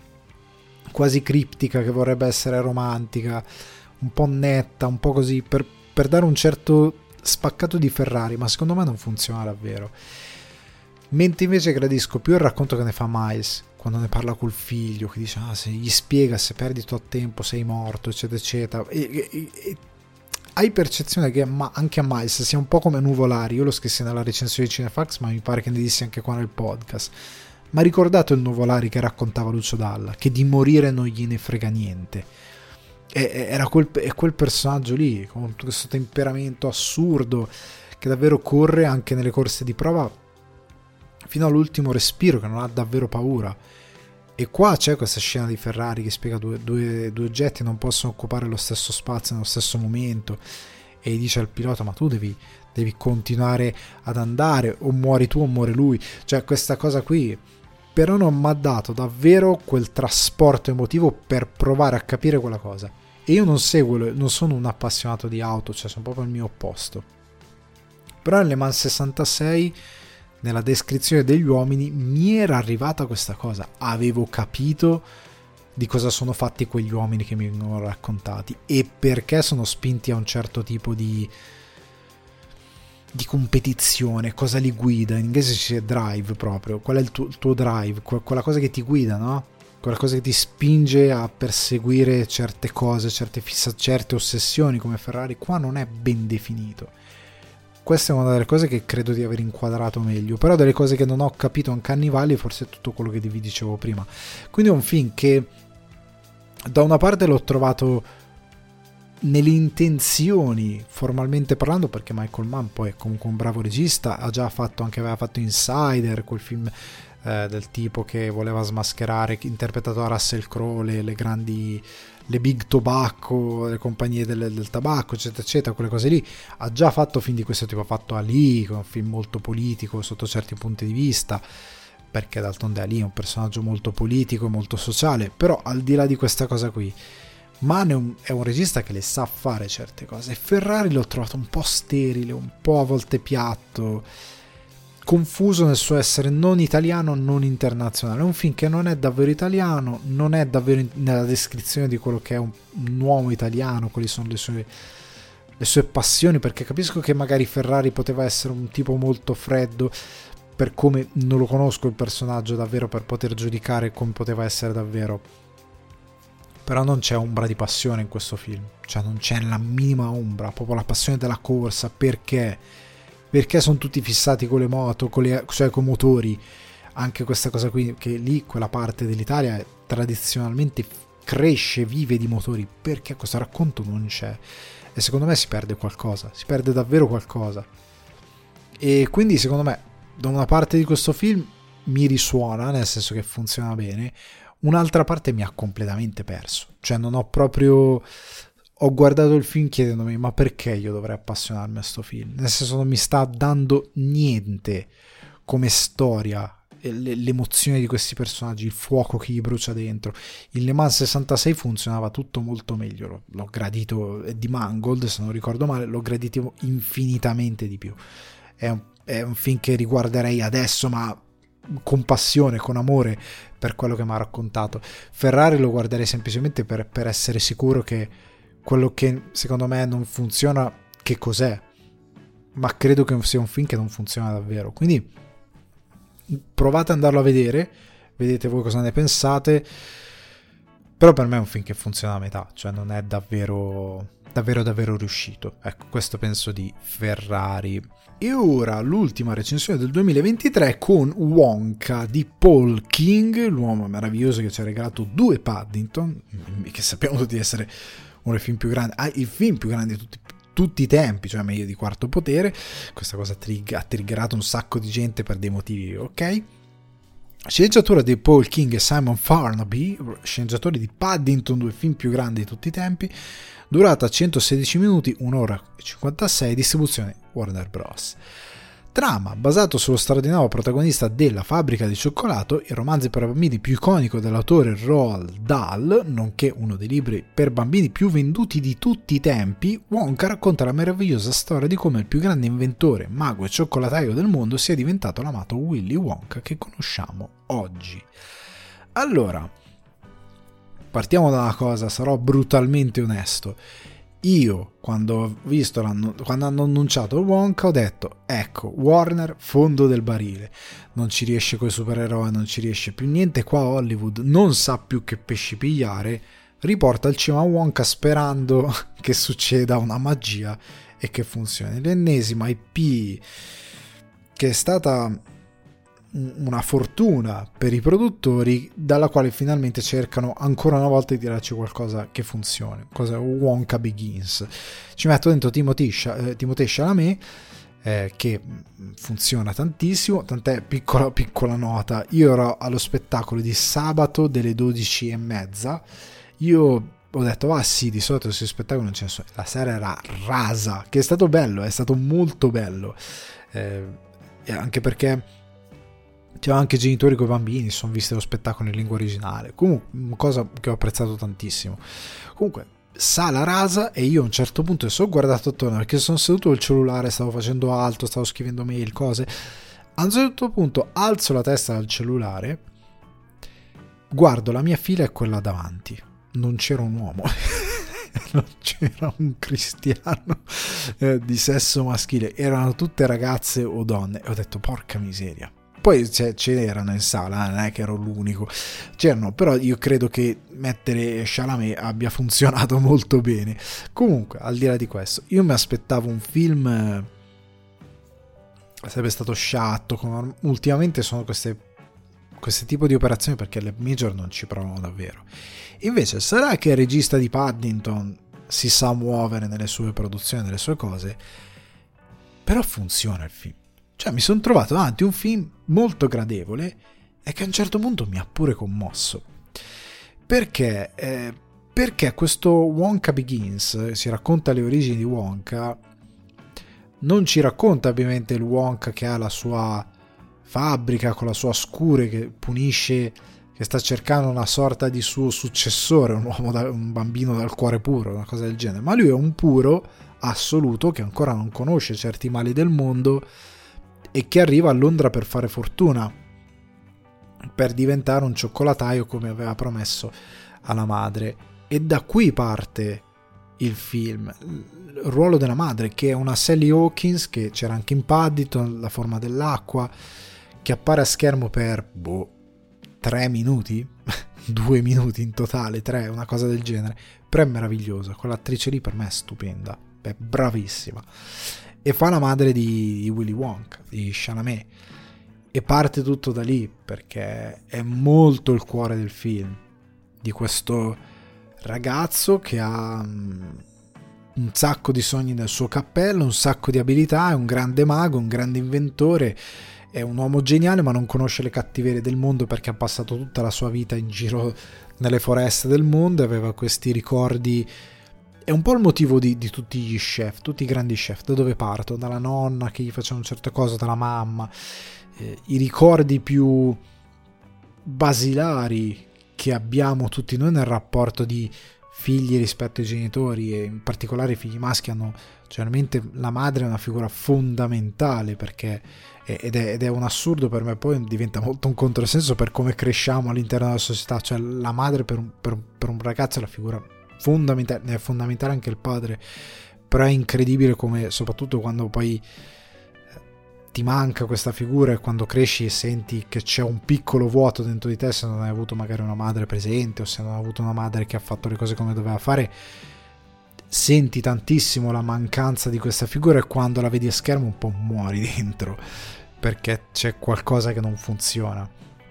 A: quasi criptica, che vorrebbe essere romantica, un po' netta, un po' così, per dare un certo spaccato di Ferrari, ma secondo me non funziona davvero. Mentre invece gradisco più il racconto che ne fa Miles quando ne parla col figlio, che dice se gli spiega, se perdi tot tempo sei morto, eccetera eccetera, e hai percezione che anche a Miles sia un po' come Nuvolari. Io lo scrissi nella recensione di Cinefax, ma mi pare che ne dissi anche qua nel podcast. Ma ricordate il Nuvolari che raccontava Lucio Dalla, che di morire non gliene frega niente, era quel personaggio lì con questo temperamento assurdo che davvero corre anche nelle corse di prova fino all'ultimo respiro, che non ha davvero paura. E qua c'è questa scena di Ferrari che spiega due oggetti non possono occupare lo stesso spazio nello stesso momento, e dice al pilota ma tu devi continuare ad andare, o muori tu o muore lui. Cioè questa cosa qui però non mi ha dato davvero quel trasporto emotivo per provare a capire quella cosa, e io non sono un appassionato di auto, cioè sono proprio il mio opposto. Però nelle Man 66, nella descrizione degli uomini, mi era arrivata questa cosa, avevo capito di cosa sono fatti quegli uomini che mi vengono raccontati e perché sono spinti a un certo tipo di competizione, cosa li guida. In inglese ci dice drive, proprio qual è il tuo drive, quella cosa che ti guida, no? Quella cosa che ti spinge a perseguire certe cose, certe ossessioni. Come Ferrari qua non è ben definito. Questa è una delle cose che credo di aver inquadrato meglio, però delle cose che non ho capito in Uncanny Valley forse è tutto quello che vi dicevo prima. Quindi è un film che da una parte l'ho trovato nelle intenzioni, formalmente parlando, perché Michael Mann poi è comunque un bravo regista, aveva fatto Insider, quel film del tipo che voleva smascherare, interpretato da Russell Crowe, le big tobacco, le compagnie del tabacco, eccetera eccetera, quelle cose lì. Ha già fatto film di questo tipo, ha fatto Ali, che è un film molto politico sotto certi punti di vista, perché d'altronde Ali è un personaggio molto politico e molto sociale. Però al di là di questa cosa qui, Mann è un regista che le sa fare certe cose, e Ferrari l'ho trovato un po' sterile, un po' a volte piatto, confuso nel suo essere non italiano, non internazionale. È un film che non è davvero italiano, non è davvero nella descrizione di quello che è un uomo italiano, quali sono le sue passioni, perché capisco che magari Ferrari poteva essere un tipo molto freddo, per come non lo conosco il personaggio davvero per poter giudicare come poteva essere davvero, però non c'è ombra di passione in questo film, cioè non c'è la minima ombra, proprio la passione della corsa. Perché sono tutti fissati con le moto, cioè con motori. Anche questa cosa qui, che lì quella parte dell'Italia tradizionalmente cresce, vive di motori, perché questo racconto non c'è, e secondo me si perde qualcosa, si perde davvero qualcosa. E quindi secondo me da una parte di questo film mi risuona, nel senso che funziona bene, un'altra parte mi ha completamente perso, cioè non ho proprio... Ho guardato il film chiedendomi ma perché io dovrei appassionarmi a sto film, nel senso non mi sta dando niente come storia, l'emozione di questi personaggi, il fuoco che gli brucia dentro. Il Le Mans 66 funzionava tutto molto meglio, l'ho gradito, di Mangold se non ricordo male, l'ho gradito infinitamente di più. È un film che riguarderei adesso, ma con passione, con amore per quello che mi ha raccontato. Ferrari lo guarderei semplicemente per essere sicuro che quello che secondo me non funziona, che cos'è, ma credo che sia un film che non funziona davvero, quindi provate ad andarlo a vedere, vedete voi cosa ne pensate, però per me è un film che funziona a metà, cioè non è davvero riuscito. Ecco, questo penso di Ferrari. E ora l'ultima recensione del 2023 con Wonka di Paul King, l'uomo meraviglioso che ci ha regalato 2 Paddington, che sappiamo tutti essere uno dei film più grandi, il film più grande di tutti i tempi, cioè meglio di Quarto Potere. Questa cosa ha triggerato un sacco di gente per dei motivi, ok? Sceneggiatura di Paul King e Simon Farnaby, sceneggiatori di Paddington, 2 film più grandi di tutti i tempi, durata 116 minuti, 1 ora e 56, distribuzione Warner Bros. Trama, basato sullo straordinario protagonista della Fabbrica di cioccolato, il romanzo per bambini più iconico dell'autore Roald Dahl, nonché uno dei libri per bambini più venduti di tutti i tempi, Wonka racconta la meravigliosa storia di come il più grande inventore, mago e cioccolaterio del mondo sia diventato l'amato Willy Wonka che conosciamo oggi. Allora, partiamo da una cosa, sarò brutalmente onesto. Io, quando hanno annunciato Wonka, ho detto, ecco, Warner, fondo del barile, non ci riesce coi supereroi, non ci riesce più niente, qua Hollywood non sa più che pesci pigliare, riporta al cinema Wonka sperando che succeda una magia e che funzioni. L'ennesima IP che è stata una fortuna per i produttori, dalla quale finalmente cercano ancora una volta di tirarci qualcosa che funzioni. Cosa Wonka Begins. Ci metto dentro Timothée Chalamet, che funziona tantissimo, tant'è, piccola nota, io ero allo spettacolo di sabato delle 12:30, io ho detto sì, di solito questi spettacoli non ce ne sono, la sera era rasa, che è stato bello, è stato molto bello, anche perché c'erano anche genitori con i bambini, sono visti lo spettacolo in lingua originale, comunque una cosa che ho apprezzato tantissimo. Comunque sala rasa, e io a un certo punto ho guardato attorno perché sono seduto col cellulare, stavo facendo altro, stavo scrivendo mail, cose. A un certo punto alzo la testa dal cellulare, guardo la mia fila e quella davanti, non c'era un uomo non c'era un cristiano di sesso maschile, erano tutte ragazze o donne, e ho detto porca miseria. Poi ce n'erano in sala, non è che ero l'unico, c'erano, però io credo che mettere Chalamet abbia funzionato molto bene. Comunque, al di là di questo, io mi aspettavo un film, sarebbe stato sciatto, come ultimamente sono queste tipo di operazioni, perché le major non ci provano davvero. Invece, sarà che il regista di Paddington si sa muovere nelle sue produzioni, nelle sue cose, però funziona il film. Cioè mi sono trovato davanti a un film molto gradevole e che a un certo punto mi ha pure commosso. Perché questo Wonka Begins si racconta le origini di Wonka, non ci racconta ovviamente il Wonka che ha la sua fabbrica con la sua scure che punisce, che sta cercando una sorta di suo successore, un bambino dal cuore puro, una cosa del genere, ma lui è un puro assoluto che ancora non conosce certi mali del mondo e che arriva a Londra per fare fortuna, per diventare un cioccolataio come aveva promesso alla madre. E da qui parte il film, il ruolo della madre, che è una Sally Hawkins, che c'era anche in Paddington, La forma dell'acqua, che appare a schermo per 3 minuti 2 minuti in totale, 3, una cosa del genere, però è meravigliosa, quell'attrice lì per me è stupenda, è bravissima, e fa la madre di Willy Wonka, di Chalamet, e parte tutto da lì, perché è molto il cuore del film, di questo ragazzo che ha un sacco di sogni nel suo cappello, un sacco di abilità, è un grande mago, un grande inventore, è un uomo geniale ma non conosce le cattiverie del mondo perché ha passato tutta la sua vita in giro nelle foreste del mondo e aveva questi ricordi. È un po' il motivo di tutti gli chef, tutti i grandi chef, da dove partono? Dalla nonna che gli facevano certe cose, dalla mamma, i ricordi più basilari che abbiamo tutti noi nel rapporto di figli rispetto ai genitori, e in particolare i figli maschi hanno generalmente, la madre è una figura fondamentale, perché ed è un assurdo per me, poi diventa molto un controsenso per come cresciamo all'interno della società, cioè la madre per un ragazzo è la figura fondamentale, è fondamentale anche il padre, però è incredibile come, soprattutto quando poi ti manca questa figura e quando cresci e senti che c'è un piccolo vuoto dentro di te se non hai avuto magari una madre presente o se non hai avuto una madre che ha fatto le cose come doveva fare, senti tantissimo la mancanza di questa figura e quando la vedi a schermo un po' muori dentro perché c'è qualcosa che non funziona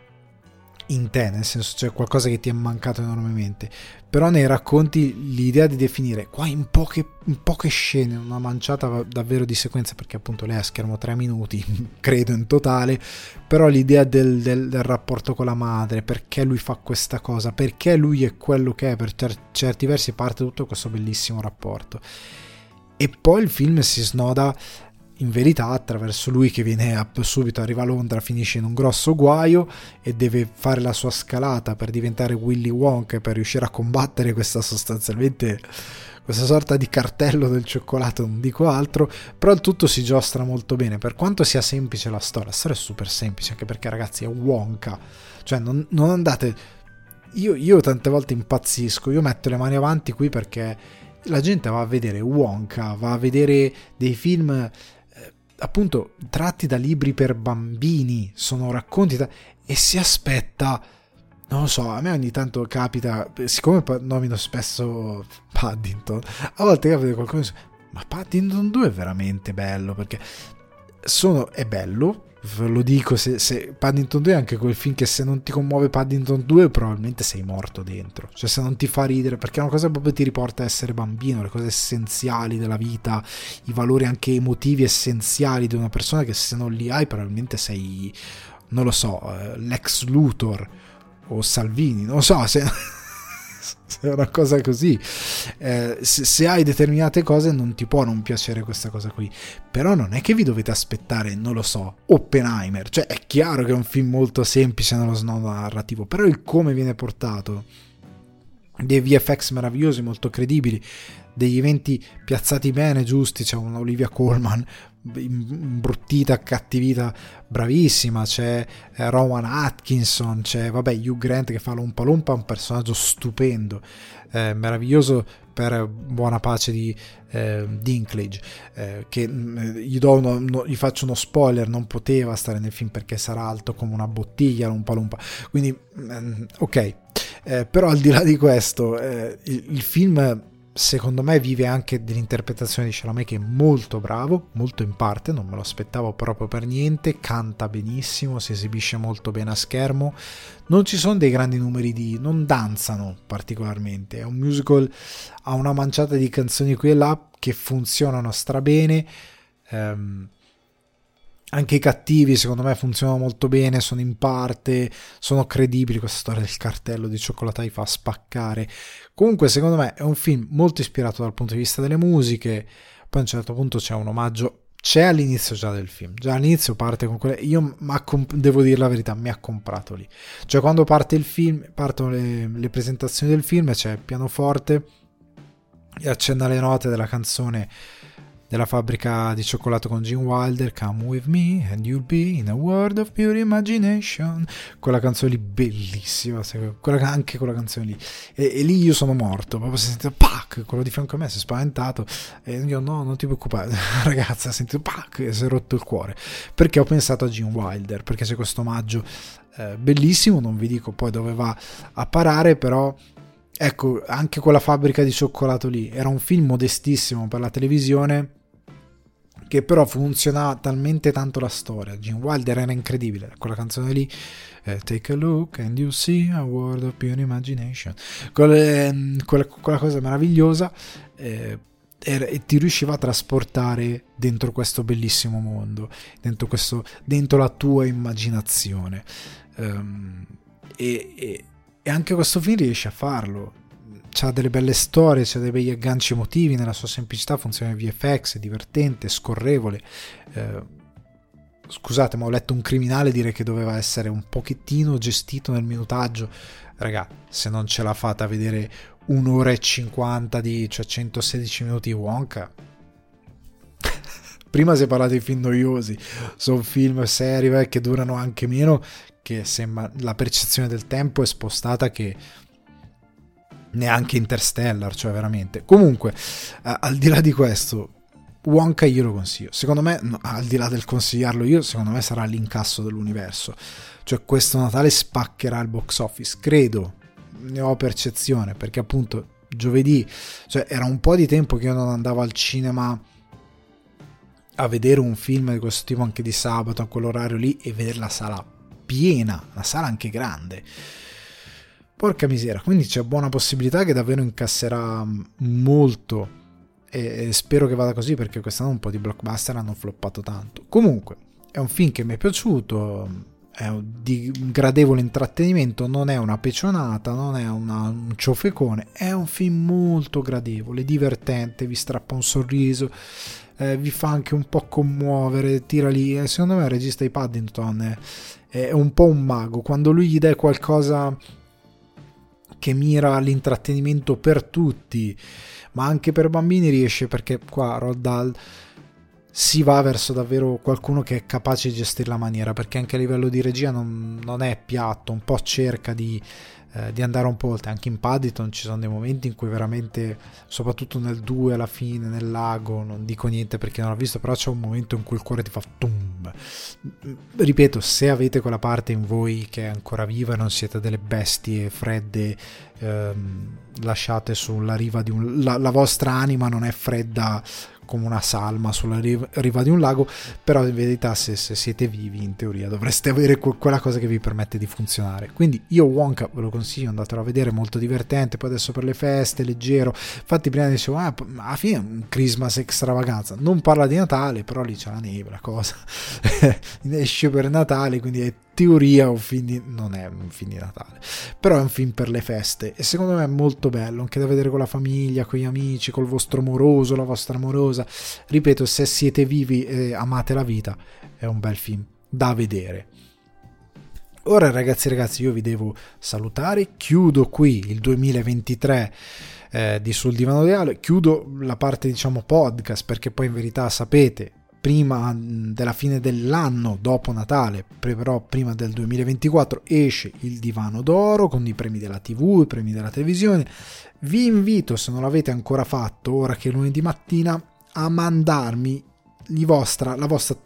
A: in te, nel senso c'è qualcosa che ti è mancato enormemente. Però nei racconti l'idea di definire qua in poche scene, una manciata davvero di sequenze, perché appunto lei ha schermo 3 minuti credo in totale, però l'idea del rapporto con la madre, perché lui fa questa cosa, perché lui è quello che è, per certi versi parte tutto questo bellissimo rapporto. E poi il film si snoda in verità attraverso lui che viene subito, arriva a Londra, finisce in un grosso guaio e deve fare la sua scalata per diventare Willy Wonka, per riuscire a combattere questa sostanzialmente questa sorta di cartello del cioccolato, non dico altro, però il tutto si giostra molto bene, per quanto sia semplice la storia è super semplice, anche perché ragazzi è Wonka, cioè non andate, io tante volte impazzisco, io metto le mani avanti qui perché la gente va a vedere Wonka, va a vedere dei film appunto tratti da libri per bambini, sono racconti e si aspetta, non lo so, a me ogni tanto capita, siccome nomino spesso Paddington, a volte capita qualcuno dice, ma Paddington 2 è veramente bello, perché è bello, ve lo dico, se Paddington 2 è anche quel film che se non ti commuove Paddington 2 probabilmente sei morto dentro, cioè se non ti fa ridere, perché è una cosa che proprio ti riporta a essere bambino, le cose essenziali della vita, i valori anche emotivi essenziali di una persona che se non li hai probabilmente sei, non lo so, Lex Luthor o Salvini, non lo so, se è una cosa così, se hai determinate cose non ti può non piacere questa cosa qui, però non è che vi dovete aspettare, non lo so, Oppenheimer, cioè è chiaro che è un film molto semplice nello snodo narrativo, però il come viene portato, dei VFX meravigliosi, molto credibili, degli eventi piazzati bene, giusti, c'è una Olivia Colman imbruttita, cattivita, bravissima, c'è Rowan Atkinson, c'è Hugh Grant che fa l'Ompa Lumpa, un personaggio stupendo, meraviglioso, per buona pace di Dinklage, che gli faccio uno spoiler, non poteva stare nel film perché sarà alto come una bottiglia l'Ompa Lumpa, quindi ok, però al di là di questo il film secondo me vive anche dell'interpretazione di Chalamet, che è molto bravo, molto in parte, non me lo aspettavo proprio per niente, canta benissimo, si esibisce molto bene a schermo, non ci sono dei grandi numeri non danzano particolarmente, è un musical, ha una manciata di canzoni qui e là che funzionano strabene, anche i cattivi secondo me funzionano molto bene, sono in parte, sono credibili, questa storia del cartello di cioccolatai fa spaccare. Comunque secondo me è un film molto ispirato dal punto di vista delle musiche, poi a un certo punto c'è un omaggio, c'è all'inizio già del film, già all'inizio parte con quelle, io devo dire la verità, mi ha comprato lì, cioè quando parte il film, partono le presentazioni del film, c'è il pianoforte e accenna le note della canzone della fabbrica di cioccolato con Gene Wilder, Come With Me and You'll Be in a World of Pure Imagination, quella canzone lì bellissima, anche quella canzone lì, e lì io sono morto, proprio si è sentito pac, quello di fianco a me si è spaventato e io no, non ti preoccupare ragazza, ha sentito pac e si è rotto il cuore, perché ho pensato a Gene Wilder, perché c'è questo omaggio bellissimo, non vi dico poi dove va a parare, però ecco, anche quella fabbrica di cioccolato lì era un film modestissimo per la televisione, che però funzionava talmente tanto la storia. Gene Wilder era incredibile, quella canzone lì, Take a Look and You See a World of Pure Imagination, quella cosa meravigliosa, e ti riusciva a trasportare dentro questo bellissimo mondo, dentro la tua immaginazione. E anche questo film riesce a farlo. C'ha delle belle storie, c'ha dei begli agganci emotivi, nella sua semplicità funziona il VFX, è divertente, scorrevole. Scusate, ma ho letto un criminale dire che doveva essere un pochettino gestito nel minutaggio. Raga, se non ce l'ha fatta a vedere 1 ora e 50 cioè 116 minuti di Wonka. Prima si è parlato di film noiosi, sono film seri che durano anche meno, che sembra la percezione del tempo è spostata che neanche Interstellar, cioè veramente. Comunque, al di là di questo, Wonka io lo consiglio. Secondo me, no, al di là del consigliarlo io, secondo me sarà l'incasso dell'universo. Cioè questo Natale spaccherà il box office, credo, ne ho percezione, perché appunto giovedì, cioè era un po' di tempo che io non andavo al cinema a vedere un film di questo tipo, anche di sabato a quell'orario lì, e vedere la sala piena, la sala anche grande. Porca misera, quindi c'è buona possibilità che davvero incasserà molto, e spero che vada così, perché quest'anno un po' di blockbuster hanno floppato tanto. Comunque è un film che mi è piaciuto, è di gradevole intrattenimento, non è una pecionata, non è un ciofecone, è un film molto gradevole, divertente, vi strappa un sorriso, vi fa anche un po' commuovere, tira lì. Secondo me il regista di Paddington è un po' un mago, quando lui gli dà qualcosa che mira all'intrattenimento per tutti, ma anche per bambini riesce, perché qua Roald Dahl si va verso davvero qualcuno che è capace di gestire la maniera, perché anche a livello di regia non è piatto, un po' cerca di andare un po' oltre. Anche in Paddington ci sono dei momenti in cui veramente, soprattutto nel 2 alla fine, nel lago, non dico niente perché non l'ho visto, però c'è un momento in cui il cuore ti fa tum. Ripeto, se avete quella parte in voi che è ancora viva e non siete delle bestie fredde lasciate sulla riva di la vostra anima non è fredda come una salma sulla riva di un lago, però in verità se siete vivi in teoria dovreste avere quella cosa che vi permette di funzionare. Quindi io Wonka ve lo consiglio, andatelo a vedere, molto divertente. Poi adesso per le feste, leggero, infatti prima dicevo alla fine un Christmas extravaganza, non parla di Natale, però lì c'è la neve, la cosa esce per Natale, quindi è teoria non è un film di Natale, però è un film per le feste, e secondo me è molto bello, anche da vedere con la famiglia, con gli amici, col vostro moroso, la vostra amorosa. Ripeto, se siete vivi e amate la vita, è un bel film da vedere. Ora ragazzi, io vi devo salutare, chiudo qui il 2023 di Sul Divano di Ale, chiudo la parte diciamo podcast, perché poi in verità sapete, prima della fine dell'anno, dopo Natale, però prima del 2024, esce il Divano d'Oro con i premi della TV, i premi della televisione. Vi invito, se non l'avete ancora fatto, ora che è lunedì mattina, a mandarmi la vostra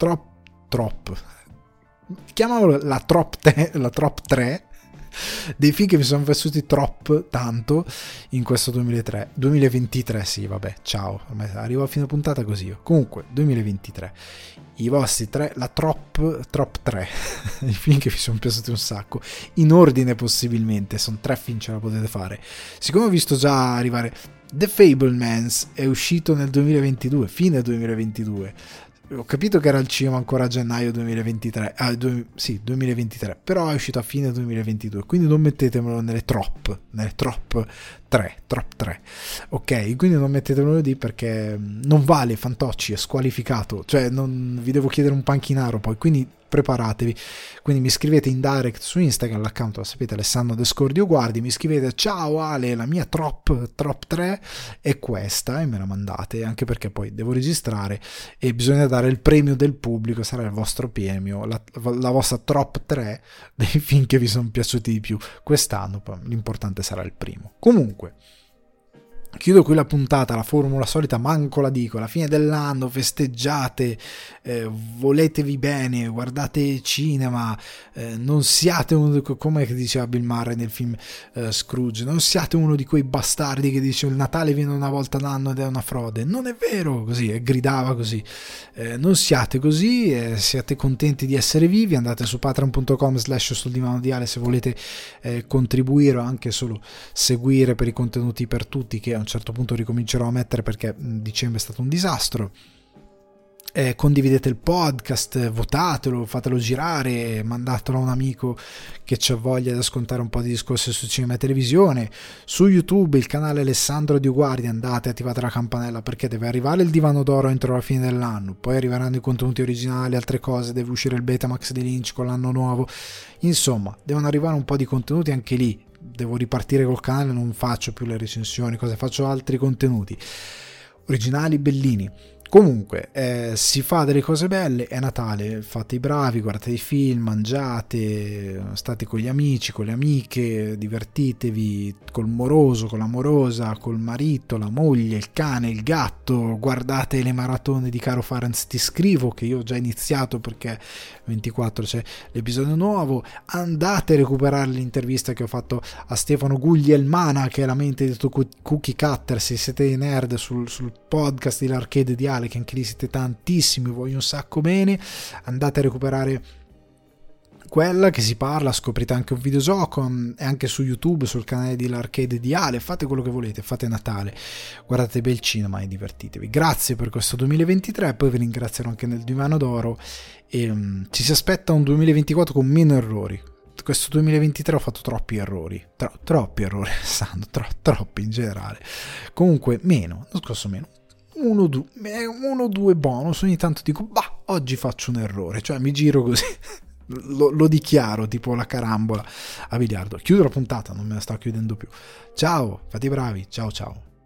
A: chiamavolo la top 3 dei film che mi sono piaciuti tanto in questo 2023, sì vabbè, ciao, arrivo a fine puntata così io. Comunque 2023, i vostri la top 3 i film che vi sono piaciuti un sacco, in ordine possibilmente, sono 3 film, ce la potete fare. Siccome ho visto già arrivare The Fabelmans, è uscito nel 2022, fine 2022, ho capito che era al cinema ancora a gennaio 2023, 2023, però è uscito a fine 2022, quindi non mettetemelo nelle top 3, ok? Quindi non mettetemelo lì, perché non vale, fantocci, è squalificato, cioè non vi devo chiedere un panchinaro poi, quindi preparatevi. Quindi mi scrivete in direct su Instagram, l'account lo sapete, Alessandro Descordio Guardi, mi scrivete: ciao Ale, la mia top 3 è questa, e me la mandate, anche perché poi devo registrare e bisogna dare il premio del pubblico, sarà il vostro premio, la vostra top 3 dei film che vi sono piaciuti di più quest'anno. L'importante sarà il primo. Comunque chiudo qui la puntata, la formula solita, manco la dico, alla fine dell'anno festeggiate, voletevi bene, guardate cinema, non siate uno, come diceva Bill Murray nel film Scrooge, non siate uno di quei bastardi che dice il Natale viene una volta l'anno ed è una frode, non è vero, così, e gridava così, non siate così, siate contenti di essere vivi, andate su patreon.com/Sul Divano di Ale se volete contribuire o anche solo seguire per i contenuti per tutti, che a un certo punto ricomincerò a mettere perché dicembre è stato un disastro. Condividete il podcast, votatelo, fatelo girare, mandatelo a un amico che c'ha voglia di ascoltare un po' di discorsi su cinema e televisione. Su YouTube il canale Alessandro Di Guardi, andate, attivate la campanella perché deve arrivare il Divano d'Oro entro la fine dell'anno, poi arriveranno i contenuti originali, altre cose, deve uscire il Betamax di Lynch con l'anno nuovo, insomma devono arrivare un po' di contenuti anche lì. Devo ripartire col canale, non faccio più le recensioni, faccio altri contenuti originali bellini. Comunque si fa delle cose belle, è Natale, fate i bravi, guardate i film, mangiate, state con gli amici, con le amiche, divertitevi col moroso, con l'amorosa, col marito, la moglie, il cane, il gatto, guardate le maratone di Caro Farenz Ti Scrivo che io ho già iniziato perché 24 c'è l'episodio nuovo, andate a recuperare l'intervista che ho fatto a Stefano Guglielmana che è la mente di Cookie Cutter, se siete dei nerd sul podcast di l'Arcade di che anche lì siete tantissimi, voglio un sacco bene, andate a recuperare quella che si parla, scoprite anche un videogioco, è anche su YouTube, sul canale di l'Arcade di Ale, fate quello che volete, fate Natale, guardate bel cinema e divertitevi. Grazie per questo 2023, poi vi ringrazierò anche nel Divano d'Oro e ci si aspetta un 2024 con meno errori. Questo 2023 ho fatto troppi errori, troppi errori, troppi in generale, comunque meno, lo scorso meno, uno o due bonus, ogni tanto dico oggi faccio un errore, cioè mi giro così lo dichiaro tipo la carambola a biliardo. Chiudo la puntata, non me la sto chiudendo più. Ciao, fate i bravi, ciao.